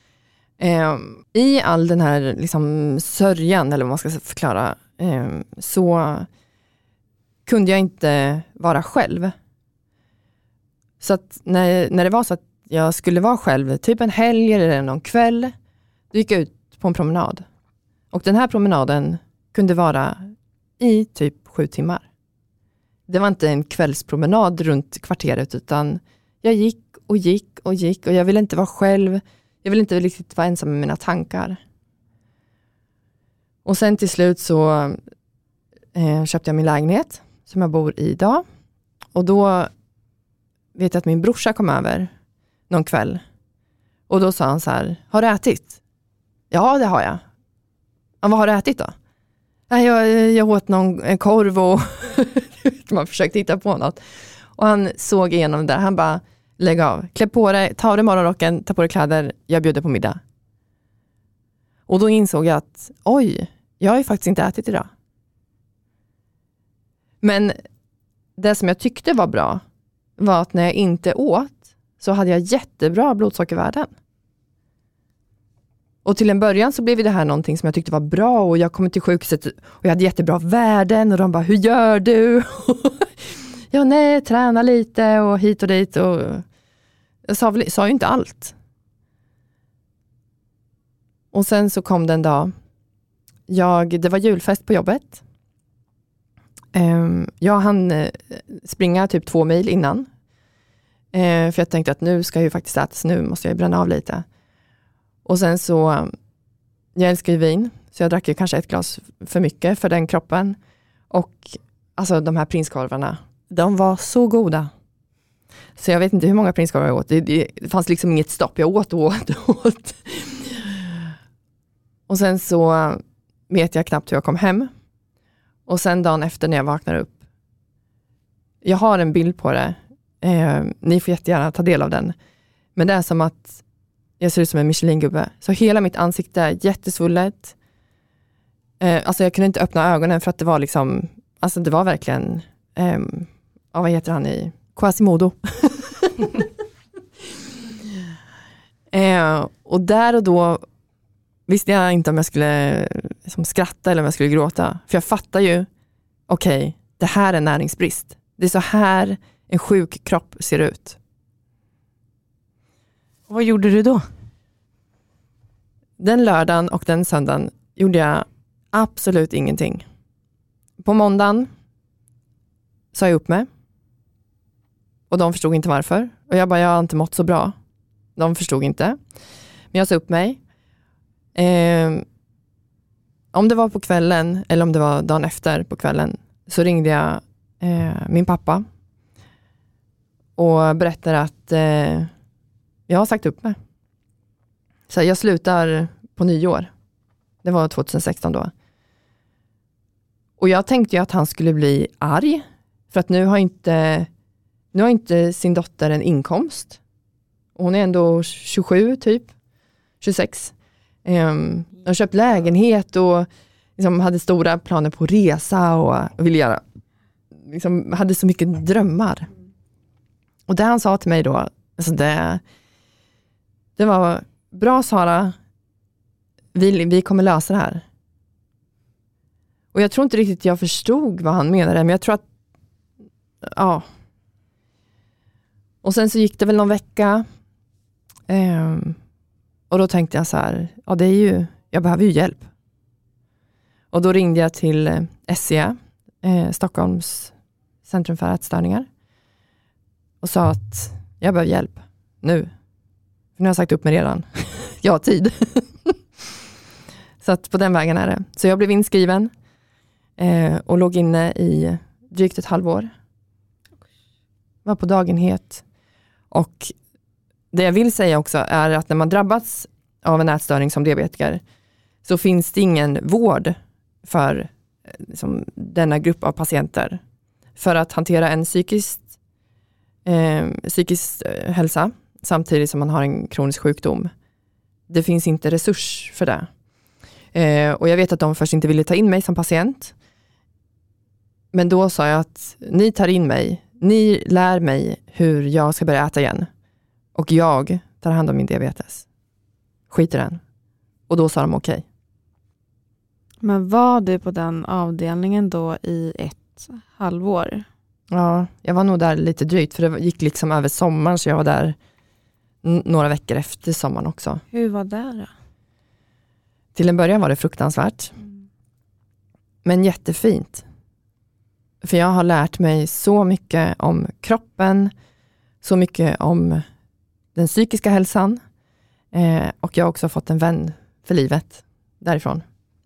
I all den här liksom sörjan, eller vad man ska förklara, så kunde jag inte vara själv. Så att när det var så att jag skulle vara själv, typ en helg eller någon kväll, då gick jag ut på en promenad. Och den här promenaden kunde vara i typ 7 timmar. Det var inte en kvällspromenad runt kvarteret, utan jag gick och jag ville inte vara själv. Jag vill inte riktigt vara ensam med mina tankar. Och sen till slut så köpte jag min lägenhet som jag bor i idag. Och då vet jag att min brorsa kom över någon kväll. Och då sa han så här, har du ätit? Ja, det har jag. Ja, vad har du ätit då? Jag åt en korv och man försökte hitta på något. Och han såg igenom det där. Han bara, lägg av. Klä på dig, ta av dig morgonrocken, ta på dig kläder. Jag bjuder på middag. Och då insåg jag att, oj, jag har ju faktiskt inte ätit idag. Men det som jag tyckte var bra var att när jag inte åt så hade jag jättebra blodsockervärden. Och till en början så blev det här någonting som jag tyckte var bra och jag kom till sjukhuset och jag hade jättebra värden och de bara, hur gör du? Ja, nej, träna lite och hit och dit och jag sa ju inte allt. Och sen så kom det en dag. Det var julfest på jobbet. Jag hann springa typ 2 mil innan. För jag tänkte att nu ska jag ju faktiskt ätas, nu måste jag bränna av lite. Och sen så, jag älskar ju vin. Så jag drack ju kanske 1 glas för mycket för den kroppen. Och alltså de här prinskorvarna, de var så goda. Så jag vet inte hur många prinskorvar jag åt. Det fanns liksom inget stopp. Jag åt. Och sen så vet jag knappt hur jag kom hem. Och sen dagen efter när jag vaknar upp. Jag har en bild på det. Ni får jättegärna ta del av den. Men det är som att jag ser ut som en Michelin-gubbe. Så hela mitt ansikte är jättesvullet. Alltså jag kunde inte öppna ögonen för att det var liksom, alltså det var verkligen, vad heter han i Quasimodo. Och där och då visste jag inte om jag skulle liksom skratta eller om jag skulle gråta. För jag fattar ju, okej, det här är näringsbrist. Det är så här en sjuk kropp ser ut. Och vad gjorde du då? Den lördagen och den söndagen gjorde jag absolut ingenting. På måndagen sa jag upp mig. Och de förstod inte varför. Och jag har inte mått så bra. De förstod inte. Men jag sa upp mig. Om det var på kvällen eller om det var dagen efter på kvällen så ringde jag min pappa och berättade att jag har sagt upp mig. Så jag slutar på nyår. Det var 2016 då. Och jag tänkte ju att han skulle bli arg för att nu har inte sin dotter en inkomst. Hon är ändå 27 typ, 26. De har köpt lägenhet och liksom hade stora planer på resa och ville göra, liksom hade så mycket drömmar. Och det han sa till mig då, alltså det var bra Sara, vi kommer lösa det här. Och jag tror inte riktigt jag förstod vad han menade, men jag tror att ja. Och sen så gick det väl någon vecka. Och då tänkte jag så här, ja det är ju, jag behöver ju hjälp. Och då ringde jag till SCA, Stockholms centrum för ätstörningar. Och sa att jag behöver hjälp nu. För nu har jag sagt upp mig redan. Jag har tid. Så att på den vägen är det. Så jag blev inskriven och låg inne i drygt ett halvår. Var på dagenhet. Och det jag vill säga också är att när man drabbats av en ätstörning som diabetiker så finns det ingen vård för liksom, denna grupp av patienter. För att hantera en psykisk hälsa samtidigt som man har en kronisk sjukdom. Det finns inte resurs för det. Och jag vet att de först inte ville ta in mig som patient. Men då sa jag att ni tar in mig. Ni lär mig hur jag ska börja äta igen. Och jag tar hand om min diabetes. Skit i den. Och då sa de okej. Men var du på den avdelningen då i ett halvår? Ja, jag var nog där lite drygt. För det gick liksom över sommaren så jag var där några veckor efter sommaren också. Hur var det då? Till en början var det fruktansvärt. Men jättefint. För jag har lärt mig så mycket om kroppen. Så mycket om den psykiska hälsan. Och jag har också fått en vän för livet därifrån.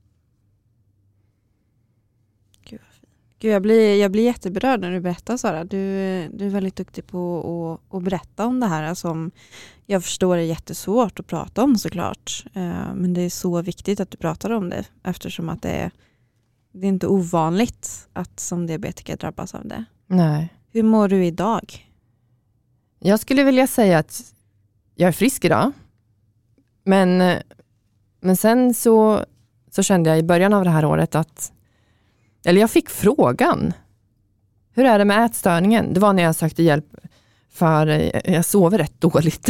Gud, jag blir jätteberörd när du berättar, Sara. Du är väldigt duktig på att berätta om det här som jag förstår är jättesvårt att prata om såklart. Men det är så viktigt att du pratar om det eftersom att det är inte ovanligt att som diabetiker drabbas av det. Nej. Hur mår du idag? Jag skulle vilja säga att jag är frisk idag. Men sen så kände jag i början av det här året att eller jag fick frågan. Hur är det med ätstörningen? Det var när jag sökte hjälp för jag sover rätt dåligt.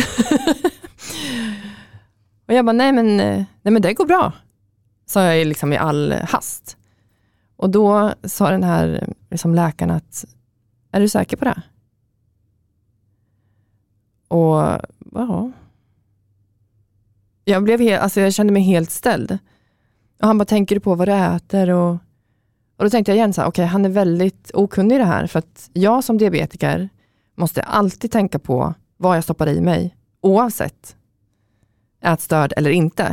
Och jag bara, nej men det går bra. Sa jag liksom i all hast. Och då sa den här liksom läkaren att, är du säker på det? Och ja. Jag kände mig helt ställd. Och han bara, tänker du på vad du äter? Och då tänkte jag igen så här, okej, han är väldigt okunnig i det här. För att jag som diabetiker måste alltid tänka på vad jag stoppar i mig. Oavsett ätstörd eller inte.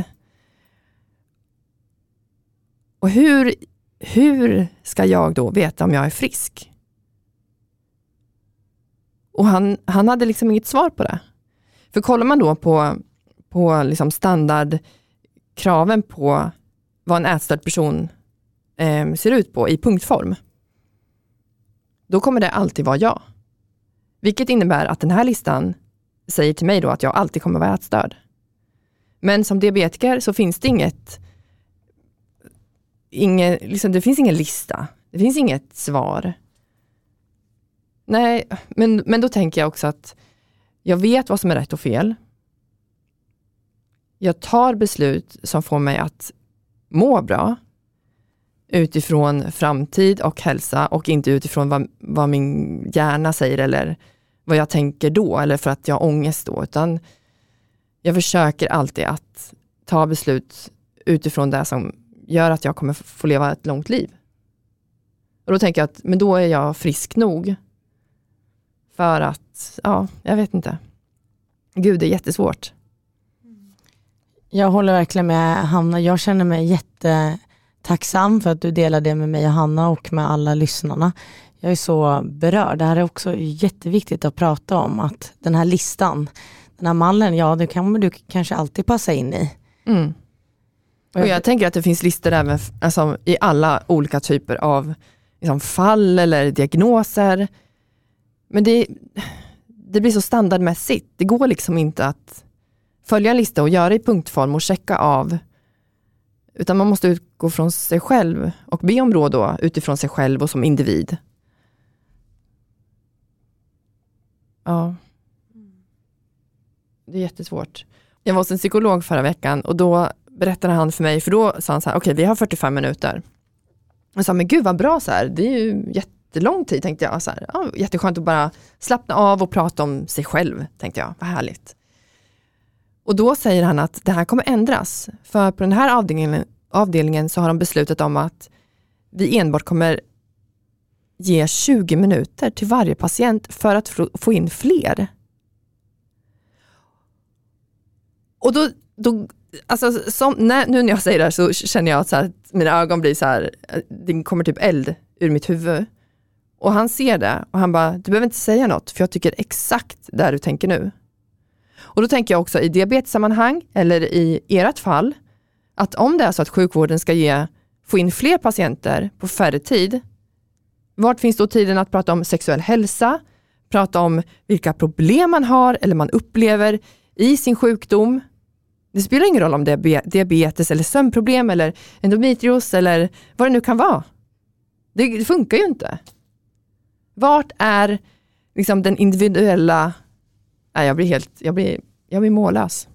Och hur ska jag då veta om jag är frisk? Och han hade liksom inget svar på det. För kollar man då på liksom standardkraven på vad en ätstörd person ser ut på i punktform, då kommer det alltid vara jag. Vilket innebär att den här listan säger till mig då att jag alltid kommer vara ätstörd. Men som diabetiker så finns det det finns ingen lista. Det finns inget svar. Nej, men då tänker jag också att jag vet vad som är rätt och fel. Jag tar beslut som får mig att må bra utifrån framtid och hälsa och inte utifrån vad min hjärna säger eller vad jag tänker då eller för att jag har ångest då, utan jag försöker alltid att ta beslut utifrån det som gör att jag kommer få leva ett långt liv. Och då tänker jag att men då är jag frisk nog för att, ja, jag vet inte. Gud, det är jättesvårt. Jag håller verkligen med Hanna. Jag känner mig jättetacksam för att du delar det med mig och Hanna och med alla lyssnarna. Jag är så berörd. Det här är också jätteviktigt att prata om, att den här listan, den här mallen, ja, det kan du kanske alltid passa in i. Mm. Och jag tänker att det finns listor även alltså, i alla olika typer av liksom, fall eller diagnoser. Men det blir så standardmässigt. Det går liksom inte att följa en lista och göra i punktform och checka av. Utan man måste utgå från sig själv och be om råd då utifrån sig själv och som individ. Ja. Det är jättesvårt. Jag var hos en psykolog förra veckan och då berättade han för mig, för då sa han så här, okej, vi har 45 minuter. Jag sa, men gud vad bra så här, det är ju jättelång tid, tänkte jag. Så här, ja, jätteskönt att bara slappna av och prata om sig själv, tänkte jag, vad härligt. Och då säger han att det här kommer ändras, för på den här avdelningen så har de beslutat om att vi enbart kommer ge 20 minuter till varje patient för att få in fler. Och då alltså, nu när jag säger det här så känner jag att, så här, att mina ögon blir så här, det kommer typ eld ur mitt huvud. Och han ser det och han bara, du behöver inte säga något för jag tycker exakt där du tänker nu. Och då tänker jag också i diabetessammanhang eller i ert fall att om det är så att sjukvården ska få in fler patienter på färre tid, vart finns då tiden att prata om sexuell hälsa, prata om vilka problem man har eller man upplever i sin sjukdom. Det spelar ingen roll om det är diabetes eller sömnproblem eller endometrios eller vad det nu kan vara. Det funkar ju inte. Vart är liksom den individuella... Nej, jag blir mållös.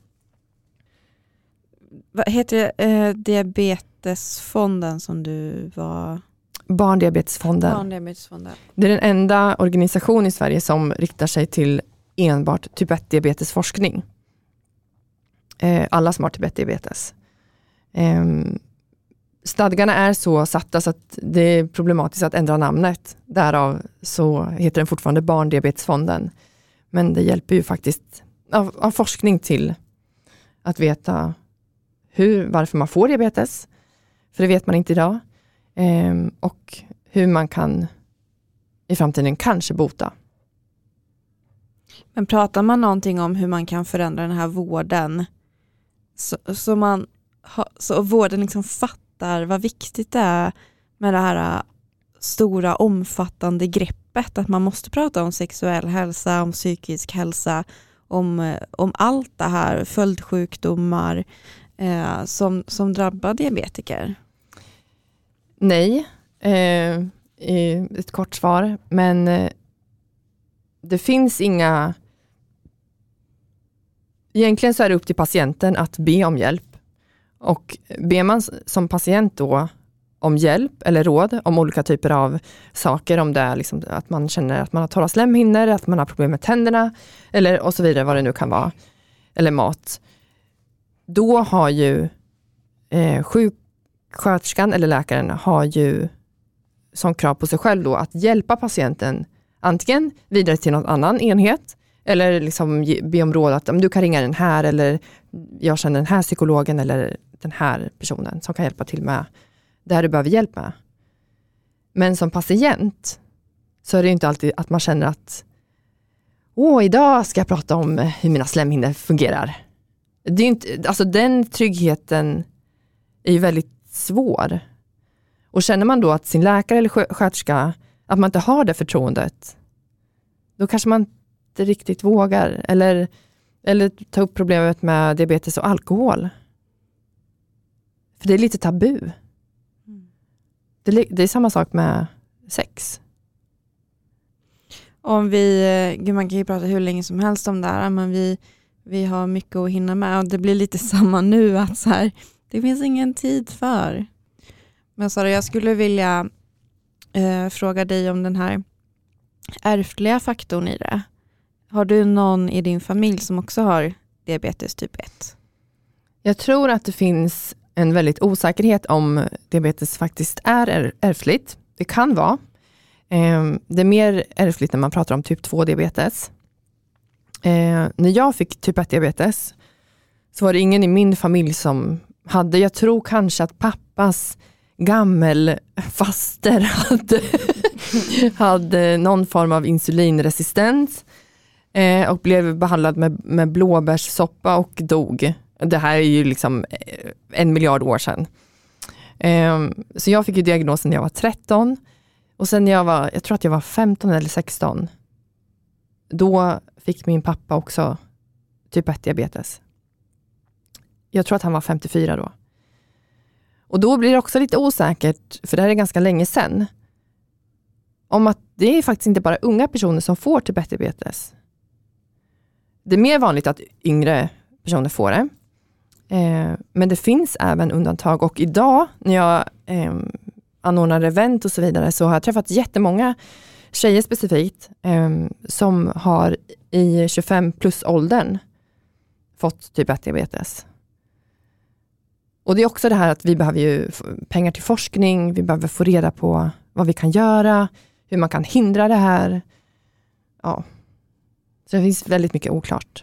Vad heter det? Diabetesfonden som du var... Barndiabetesfonden. Barndiabetesfonden. Det är den enda organisation i Sverige som riktar sig till enbart typ 1-diabetesforskning. Alla som har typ 1-diabetes. Stadgarna är så satta så att det är problematiskt att ändra namnet. Därav så heter den fortfarande Barndiabetesfonden. Men det hjälper ju faktiskt av forskning till att veta varför man får diabetes. För det vet man inte idag. Och hur man kan i framtiden kanske bota. Men pratar man någonting om hur man kan förändra den här vården så vården liksom fattar vad viktigt det är med det här stora omfattande greppet, att man måste prata om sexuell hälsa, om psykisk hälsa, om allt det här, följdsjukdomar som drabbar diabetiker? Nej, ett kort svar, men det finns inga. Egentligen så är det upp till patienten att be om hjälp. Och ber man som patient då om hjälp eller råd om olika typer av saker, om det är liksom att man känner att man har torra slemhinnor, att man har problem med tänderna eller och så vidare, vad det nu kan vara, eller mat, då har ju sjuksköterskan eller läkaren har ju som krav på sig själv då att hjälpa patienten antingen vidare till någon annan enhet eller liksom be om råd att du kan ringa den här, eller jag känner den här psykologen eller den här personen som kan hjälpa till med det här du behöver hjälp med. Men som patient så är det inte alltid att man känner att idag ska jag prata om hur mina slemhinnor fungerar. Det är inte, alltså den tryggheten är ju väldigt svår. Och känner man då att sin läkare eller sköterska, att man inte har det förtroendet, då kanske man inte riktigt vågar eller ta upp problemet med diabetes och alkohol. För det är lite tabu. Det är samma sak med sex. Man kan ju prata hur länge som helst om det här, men vi har mycket att hinna med, och det blir lite samma nu, att så här, det finns ingen tid för. Men Sara, jag skulle vilja fråga dig om den här ärftliga faktorn i det. Har du någon i din familj som också har diabetes typ 1? Jag tror att det finns en väldigt osäkerhet om diabetes faktiskt är ärftligt. Det kan vara. Det är mer ärftligt när man pratar om typ 2 diabetes. När jag fick typ 1 diabetes så var det ingen i min familj som hade. Jag tror kanske att pappas gammelfaster hade någon form av insulinresistens och blev behandlad med blåbärssoppa och dog. Det här är ju liksom 1 miljard år sedan. Så jag fick ju diagnosen när jag var 13. Och sen när jag tror att jag var 15 eller 16. Då fick min pappa också typ 1 diabetes. Jag tror att han var 54 då. Och då blir det också lite osäkert, för det här är ganska länge sedan, om att det är faktiskt inte bara unga personer som får typ 1 diabetes. Det är mer vanligt att yngre personer får det. Men det finns även undantag, och idag när jag anordnar event och så vidare, så har jag träffat jättemånga tjejer specifikt som har i 25 plus åldern fått typ 1 diabetes. Och det är också det här att vi behöver ju pengar till forskning, vi behöver få reda på vad vi kan göra, hur man kan hindra det här. Ja. Så det finns väldigt mycket oklart.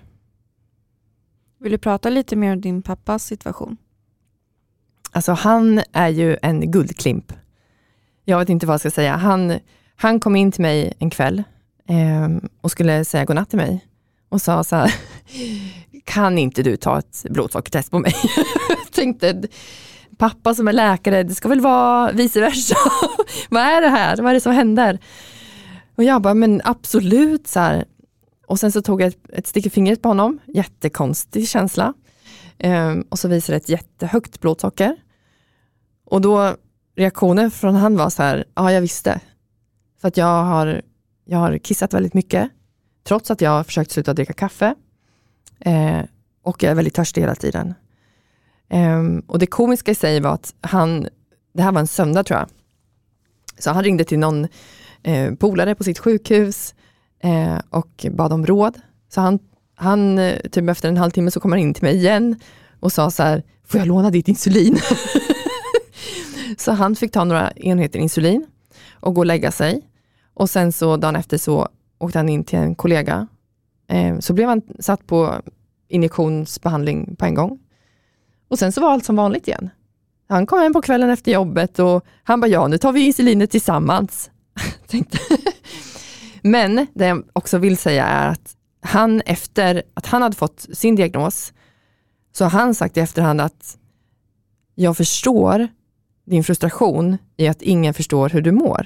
Vill du prata lite mer om din pappas situation? Alltså han är ju en guldklimp. Jag vet inte vad jag ska säga. Han kom in till mig en kväll och skulle säga godnatt till mig. Och sa så här: kan inte du ta ett blodsockertest på mig? Jag tänkte, pappa som är läkare, det ska väl vara vice versa. Vad är det här? Vad är det som händer? Och jag bara, men absolut så här. Och sen så tog jag ett stick i fingret på honom. Jättekonstig känsla. Och så visade det ett jättehögt blodsocker. Och då reaktionen från han var så här: ja, jag visste. För att jag har kissat väldigt mycket. Trots att jag har försökt sluta dricka kaffe. Och jag är väldigt törstig hela tiden. Och det komiska i sig var att det här var en söndag tror jag. Så han ringde till någon polare på sitt sjukhus och bad om råd. Så han typ efter en halvtimme så kom han in till mig igen och sa så här: får jag låna ditt insulin? Så han fick ta några enheter insulin och gå och lägga sig. Och sen så dagen efter så åkte han in till en kollega. Så blev han satt på injektionsbehandling på en gång. Och sen så var allt som vanligt igen. Han kom hem på kvällen efter jobbet och han bara, ja, nu tar vi insulinet tillsammans. Tänkte. Men det jag också vill säga är att han efter att han hade fått sin diagnos, så har han sagt i efterhand att jag förstår din frustration i att ingen förstår hur du mår.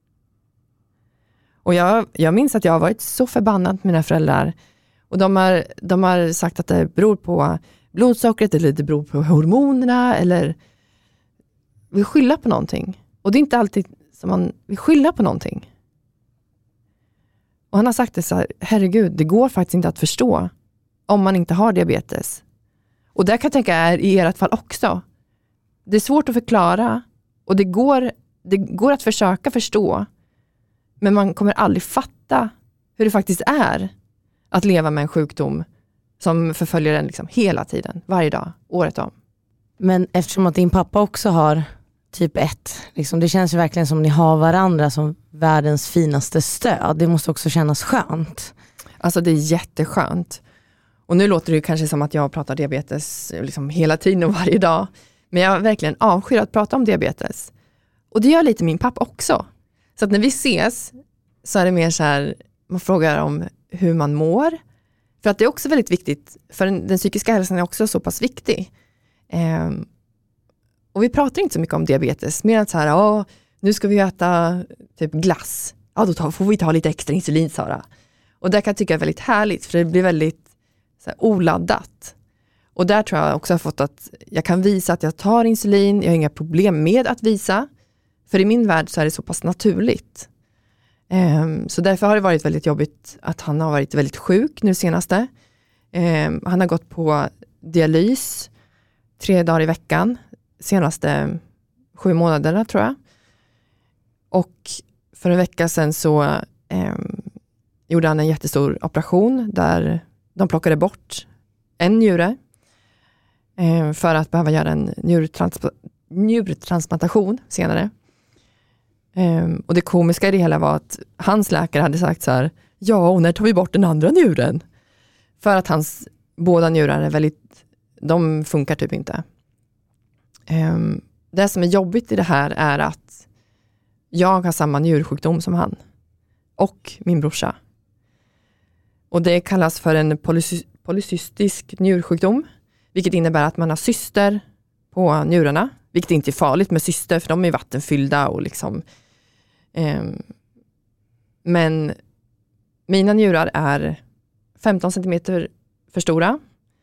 Och jag minns att jag har varit så förbannad med mina föräldrar. Och de har sagt att det beror på blodsockret eller det beror på hormonerna eller vi skyller på någonting. Och det är inte alltid som man vill skylla på någonting. Och han har sagt det så här, herregud, det går faktiskt inte att förstå om man inte har diabetes. Och det kan jag tänka är i ert fall också. Det är svårt att förklara och det går att försöka förstå. Men man kommer aldrig fatta hur det faktiskt är att leva med en sjukdom som förföljer en liksom hela tiden, varje dag, året om. Men eftersom att din pappa också har typ 1, liksom, det känns ju verkligen som ni har varandra som världens finaste stöd. Det måste också kännas skönt. Alltså det är jätteskönt. Och nu låter det ju kanske som att jag pratar diabetes liksom hela tiden och varje dag. Men jag verkligen avskyr att prata om diabetes. Och det gör lite min pappa också. Så att när vi ses så är det mer så här, man frågar om hur man mår. För att det är också väldigt viktigt, för den psykiska hälsan är också så pass viktig. Och vi pratar inte så mycket om diabetes, mer att så här, nu ska vi äta typ glass. Ja, då får vi ta lite extra insulin, Sara. Och det kan jag tycka är väldigt härligt, för det blir väldigt så här, oladdat. Och där tror jag också har fått att jag kan visa att jag tar insulin, jag har inga problem med att visa. För i min värld så är det så pass naturligt. Så därför har det varit väldigt jobbigt att han har varit väldigt sjuk nu senaste. Han har gått på dialys 3 dagar i veckan senaste 7 månaderna tror jag. Och för en vecka sedan så gjorde han en jättestor operation där de plockade bort en njure för att behöva göra en njurtransplantation senare. Och det komiska i det hela var att hans läkare hade sagt så här, ja, och när tar vi bort den andra njuren? För att hans båda njurar är väldigt, de funkar typ inte. Det som är jobbigt i det här är att jag har samma njursjukdom som han och min brorsa. Och det kallas för en polycystisk njursjukdom, vilket innebär att man har cyster på njurarna, vilket inte är farligt med cyster för de är vattenfyllda och liksom men mina njurar är 15 centimeter för stora.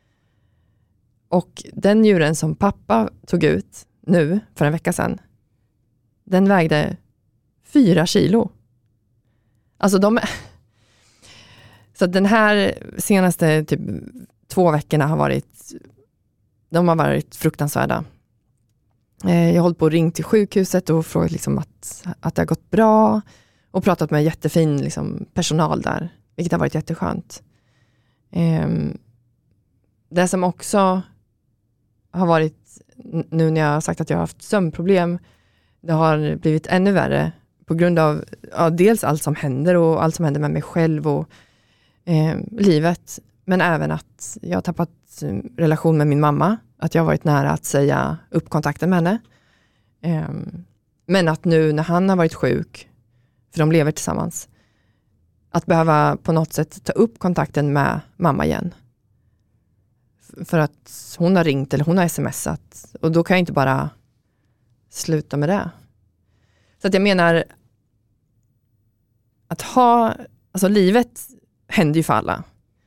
Och den njuren som pappa tog ut nu för en vecka sedan, den vägde 4 kilo. Alltså så den här senaste typ 2 veckorna har varit fruktansvärda. Jag har hållit på och ringt till sjukhuset och frågat liksom att det har gått bra och pratat med jättefin liksom, personal där, vilket har varit jätteskönt. Det som också har varit, nu när jag har sagt att jag har haft sömnproblem, det har blivit ännu värre på grund av dels allt som händer och allt som händer med mig själv och livet, men även att jag har tappat relation med min mamma, att jag har varit nära att säga upp kontakten med henne. Men att nu när han har varit sjuk, för de lever tillsammans, att behöva på något sätt ta upp kontakten med mamma igen. För att hon har ringt eller hon har smsat. Och då kan jag inte bara sluta med det. Så att jag menar att alltså livet händer ju för alla.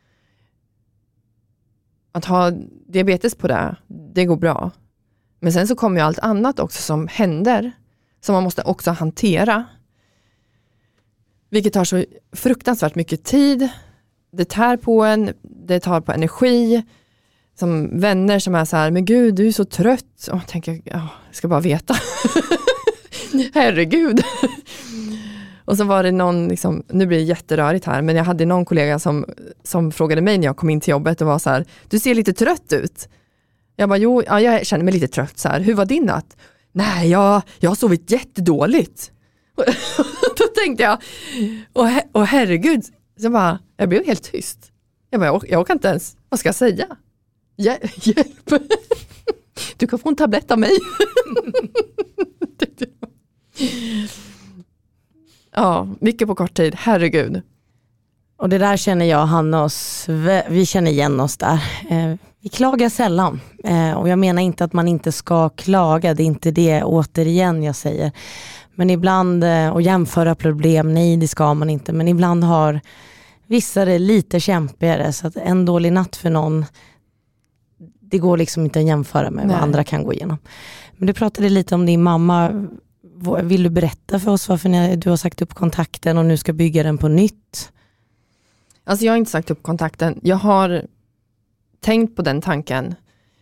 Att ha diabetes på det går bra. Men sen så kommer ju allt annat också som händer, som man måste också hantera. Vilket tar så fruktansvärt mycket tid. Det tär på en, det tar på energi. Som vänner som är så här, men gud, du är så trött. Och jag tänker, jag ska bara veta. Herregud. Och så var det någon, liksom, nu blir det jätterörigt här, men jag hade någon kollega som frågade mig när jag kom in till jobbet och var så här, du ser lite trött ut. Jag bara, jo, ja, jag känner mig lite trött så här. Hur var din natt? Nej, jag har sovit jättedåligt. Då tänkte jag, och herregud, så bara, jag blev helt tyst. Jag orkar inte ens. Vad ska jag säga? Hjälp. Du kan få en tablett av mig. Ja, mycket på kort tid. Herregud. Och det där känner jag, Hanna, vi känner igen oss där. Vi klagar sällan. Och jag menar inte att man inte ska klaga. Det är inte det återigen jag säger. Men ibland, och jämföra problem, nej det ska man inte. Men ibland har vissa det lite kämpigare. Så att en dålig natt för någon, det går liksom inte att jämföra med vad andra kan gå igenom. Men du pratade lite om din mamma. Vill du berätta för oss varför du har sagt upp kontakten och nu ska bygga den på nytt? Alltså jag har inte sagt upp kontakten. Jag har tänkt på den tanken.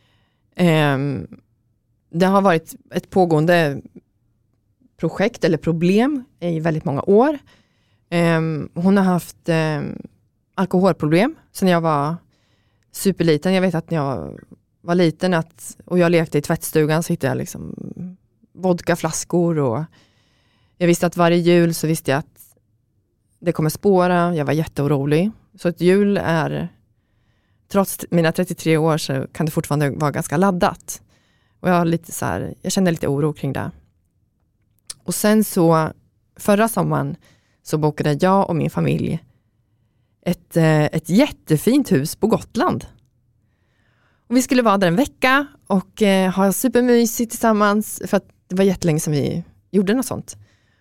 Det har varit ett pågående projekt eller problem i väldigt många år. Hon har haft alkoholproblem sedan jag var superliten. Jag vet att när jag var liten och jag lekte i tvättstugan så hittade jag liksom vodkaflaskor och jag visste att varje jul så visste jag att det kommer spåra. Jag var jätteorolig. Så ett jul är, trots mina 33 år så kan det fortfarande vara ganska laddat. Och jag kände lite oro kring det. Och sen så, förra sommaren så bokade jag och min familj ett jättefint hus på Gotland. Och vi skulle vara där en vecka och ha supermysigt tillsammans för att det var jättelänge som vi gjorde något sånt.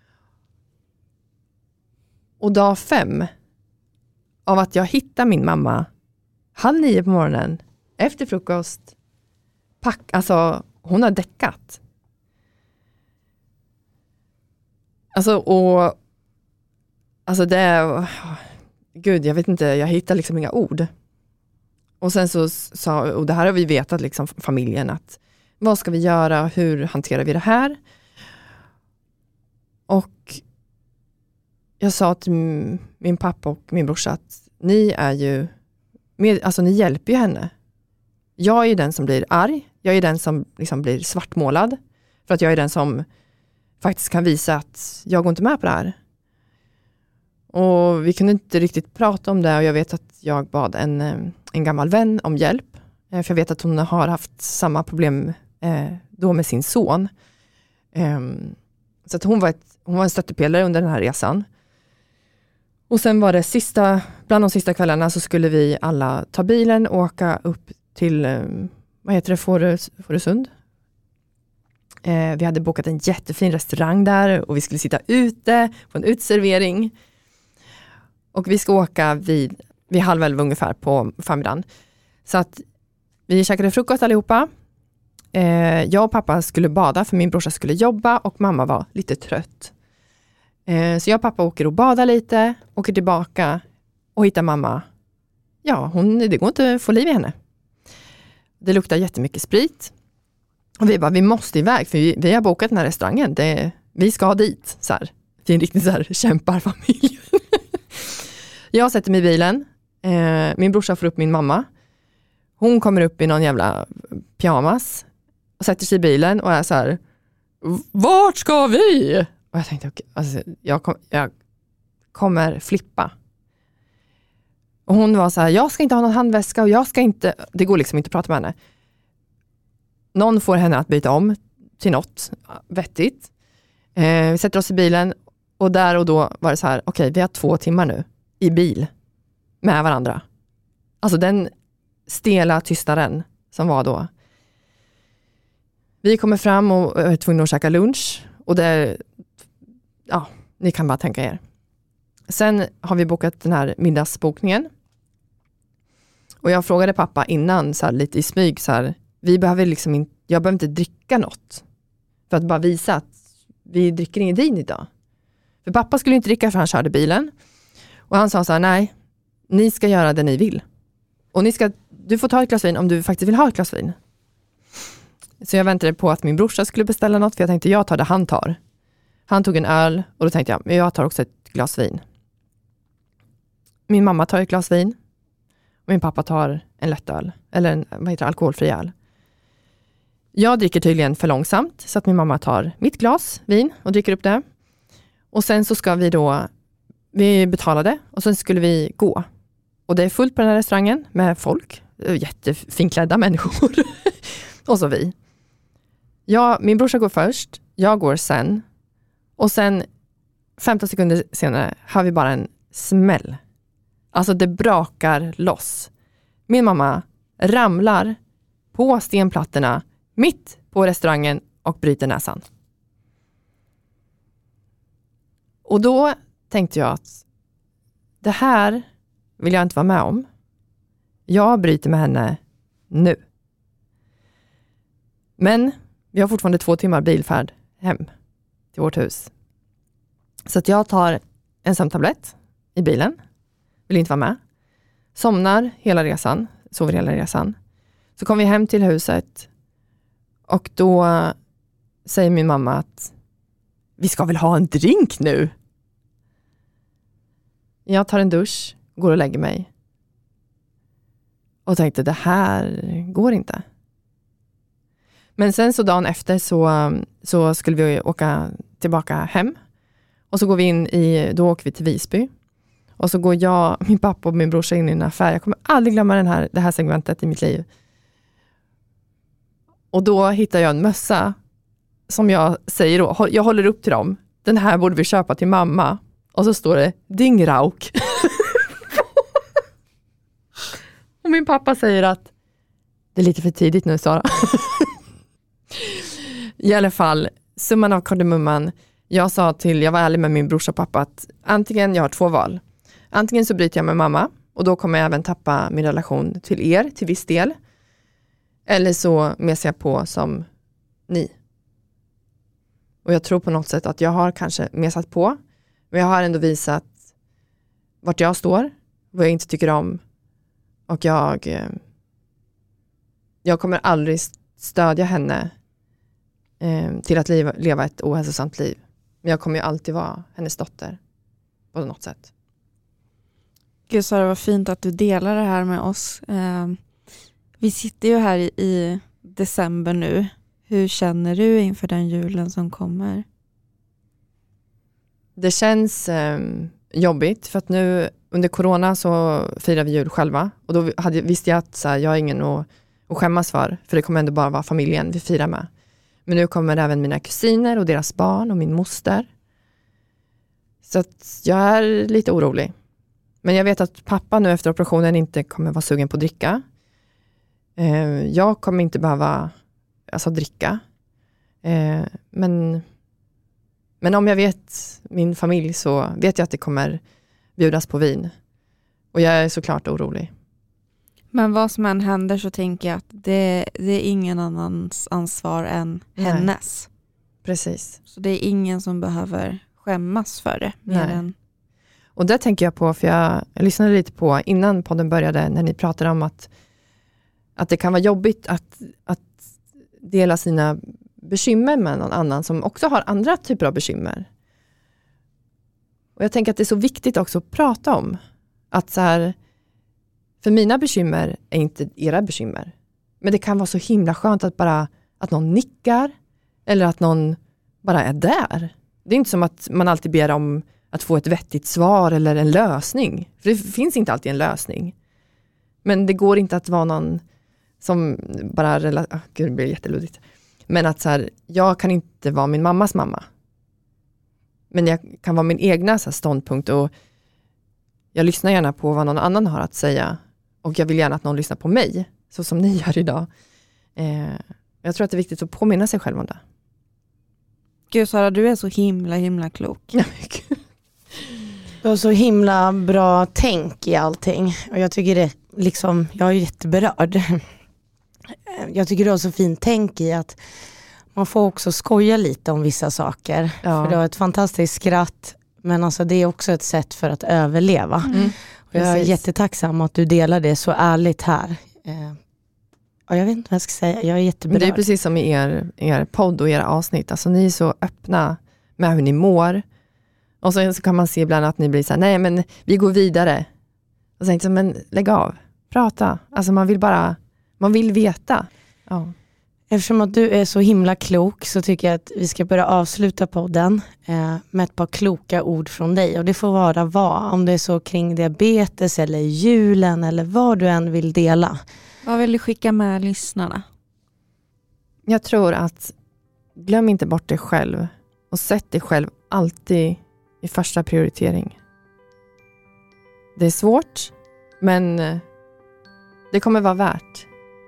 Och dag 5 av att jag hittade min mamma 8:30 på morgonen efter frukost. Alltså hon har däckat. Alltså gud, jag vet inte, jag hittar liksom inga ord. Och sen så sa, och det här har vi vetat liksom familjen, att vad ska vi göra, hur hanterar vi det här? Och jag sa till min pappa och min brorsa att ni hjälper ju henne. Jag är den som blir arg, jag är den som liksom blir svartmålad, för att jag är den som faktiskt kan visa att jag går inte med på det här. Och vi kunde inte riktigt prata om det och jag vet att jag bad en gammal vän om hjälp. För jag vet att hon har haft samma problem då med sin son. Så att hon var en stöttepelare under den här resan. Och sen var det bland de sista kvällarna så skulle vi alla ta bilen och åka upp till, Fårösund. Vi hade bokat en jättefin restaurang där och vi skulle sitta ute på en utservering. Och vi ska åka vid 10:30 ungefär på förmiddagen. Så att vi käkade frukost allihopa. Jag och pappa skulle bada för min brorsa skulle jobba och mamma var lite trött. Så jag och pappa åker och badar lite, åker tillbaka och hittar mamma. Ja, det går inte att få liv i henne. Det luktar jättemycket sprit. Och vi måste iväg för vi har bokat den här restaurangen. Vi ska dit. Så här. Det är en riktigt så här kämparfamilj. Jag sätter mig i bilen. Min brorsa får upp min mamma. Hon kommer upp i någon jävla pyjamas och sätter sig i bilen och är så här: vart ska vi? Och jag tänkte, okay, alltså, jag kommer flippa. Och hon var så här: jag ska inte ha någon handväska och jag ska inte, det går liksom inte att prata med henne. Någon får henne att byta om till något vettigt. Vi sätter oss i bilen och där och då var det så här: okej, vi har 2 timmar nu i bil med varandra. Alltså den stela tystnaden som var då. Vi kommer fram och är tvungna att käka lunch och ni kan bara tänka er. Sen har vi bokat den här middagsbokningen. Och jag frågade pappa innan så här, lite i smyg så här: jag behöver inte dricka något för att bara visa att vi dricker ingen vin idag. För pappa skulle inte dricka för han körde bilen. Och han sa så här: nej, ni ska göra det ni vill. Och du får ta ett glas vin om du faktiskt vill ha ett glas vin. Så jag väntade på att min brorsa skulle beställa något, för jag tänkte jag tar det han tar. Han tog en öl och då tänkte jag tar också ett glas vin. Min mamma tar ett glas vin och min pappa tar en lättöl eller en alkoholfri öl. Jag dricker tydligen för långsamt så att min mamma tar mitt glas vin och dricker upp det. Och sen så ska vi betalade och sen skulle vi gå. Och det är fullt på den här restaurangen med folk. Jättefinklädda människor. Och så vi. Min brorsa går först. Jag går sen. Och sen 15 sekunder senare har vi bara en smäll. Alltså det brakar loss. Min mamma ramlar på stenplattorna mitt på restaurangen och bryter näsan. Och då tänkte jag att det här vill jag inte vara med om. Jag bryter med henne nu. Men vi har fortfarande 2 timmar bilfärd hem till vårt hus. Så att jag tar en sömntablett i bilen. Vill inte vara med. Somnar hela resan. Sover hela resan. Så kommer vi hem till huset. Och då säger min mamma att vi ska väl ha en drink nu. Jag tar en dusch. Går och lägger mig. Och tänkte det här går inte. Men sen så dagen efter så skulle vi åka tillbaka hem. Och så går vi då åker vi till Visby. Och så går jag, min pappa och min brorsa in i en affär. Jag kommer aldrig glömma det här segmentet i mitt liv. Och då hittar jag en mössa som jag säger då, jag håller upp till dem. Den här borde vi köpa till mamma. Och så står det Dingrauk. Och min pappa säger att det är lite för tidigt nu, Sara. I alla fall, summan av kardemumman. Jag var ärlig med min brorsa och pappa att antingen, jag har 2 val. Antingen så bryter jag med mamma och då kommer jag även tappa min relation till er till viss del. Eller så mesar jag på som ni. Och jag tror på något sätt att jag har kanske mesat på. Men jag har ändå visat vart jag står. Vad jag inte tycker om. Och jag kommer aldrig stödja henne till att leva ett ohälsosamt liv. Men jag kommer ju alltid vara hennes dotter på något sätt. Gud Sara, vad fint att du delar det här med oss. Vi sitter ju här i december nu. Hur känner du inför den julen som kommer? Det känns jobbigt för att nu under corona så firar vi jul själva. Och då visste jag att jag har ingen att skämmas för det kommer ändå bara vara familjen vi firar med. Men nu kommer även mina kusiner och deras barn och min moster. Så att jag är lite orolig. Men jag vet att pappa nu efter operationen inte kommer vara sugen på att dricka. Jag kommer inte behöva dricka. Men om jag vet min familj så vet jag att det kommer bjudas på vin. Och jag är såklart orolig. Men vad som än händer så tänker jag att det är ingen annans ansvar än hennes. Precis. Så det är ingen som behöver skämmas för det. Och det tänker jag på, för jag lyssnade lite på innan podden började när ni pratade om att det kan vara jobbigt att dela sina bekymmer med någon annan som också har andra typer av bekymmer. Och jag tänker att det är så viktigt också att prata om att för mina bekymmer är inte era bekymmer. Men det kan vara så himla skönt att någon nickar eller att någon bara är där. Det är inte som att man alltid ber om att få ett vettigt svar eller en lösning. För det finns inte alltid en lösning. Men det går inte att vara någon som bara... Gud, det blir jätteluddigt. Men att jag kan inte vara min mammas mamma. Men jag kan vara min egna ståndpunkt och jag lyssnar gärna på vad någon annan har att säga. Och jag vill gärna att någon lyssnar på mig, så som ni gör idag. Jag tror att det är viktigt att påminna sig själv om det. Gud Sara, du är så himla klok. Du har så himla bra tänk i allting. Och jag tycker det jag är jätteberörd. Jag tycker du har så fint tänk i att man får också skoja lite om vissa saker. Ja. För du har ett fantastiskt skratt. Men det är också ett sätt för att överleva. Och jag är jättetacksam att du delar det så ärligt här. Och jag vet inte vad jag ska säga. Jag är jätteberörd. Men det är precis som i er podd och era avsnitt. Ni är så öppna med hur ni mår. Och så kan man se ibland att ni blir nej men vi går vidare. Och så men lägg av. Prata. Man vill veta. Ja. Eftersom att du är så himla klok så tycker jag att vi ska börja avsluta podden med ett par kloka ord från dig. Och det får vara vad, om det är så kring diabetes eller julen eller vad du än vill dela. Vad vill du skicka med lyssnarna? Jag tror att glöm inte bort dig själv och sätt dig själv alltid i första prioritering. Det är svårt, men det kommer vara värt.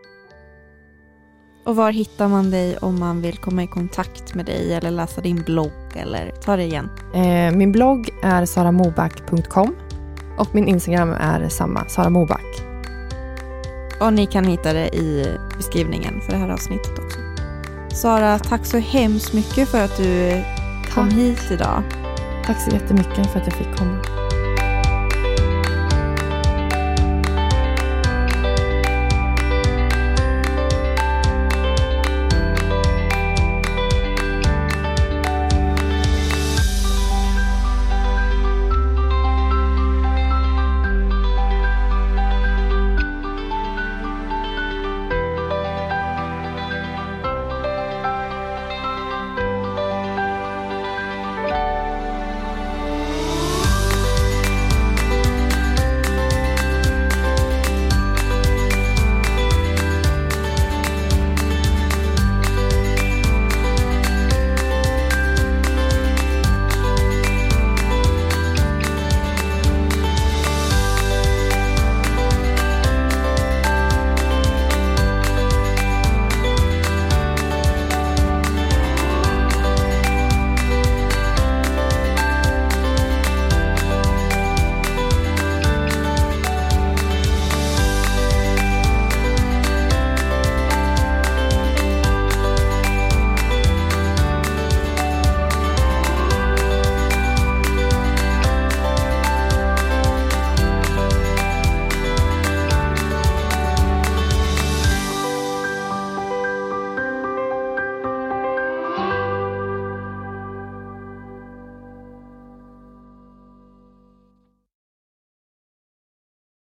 Och var hittar man dig om man vill komma i kontakt med dig eller läsa din blogg eller ta det igen? Min blogg är saramoback.com och min Instagram är samma, Sara Moback. Och ni kan hitta det i beskrivningen för det här avsnittet också. Sara, tack så hemskt mycket för att du kom hit idag. Tack så jättemycket för att jag fick komma.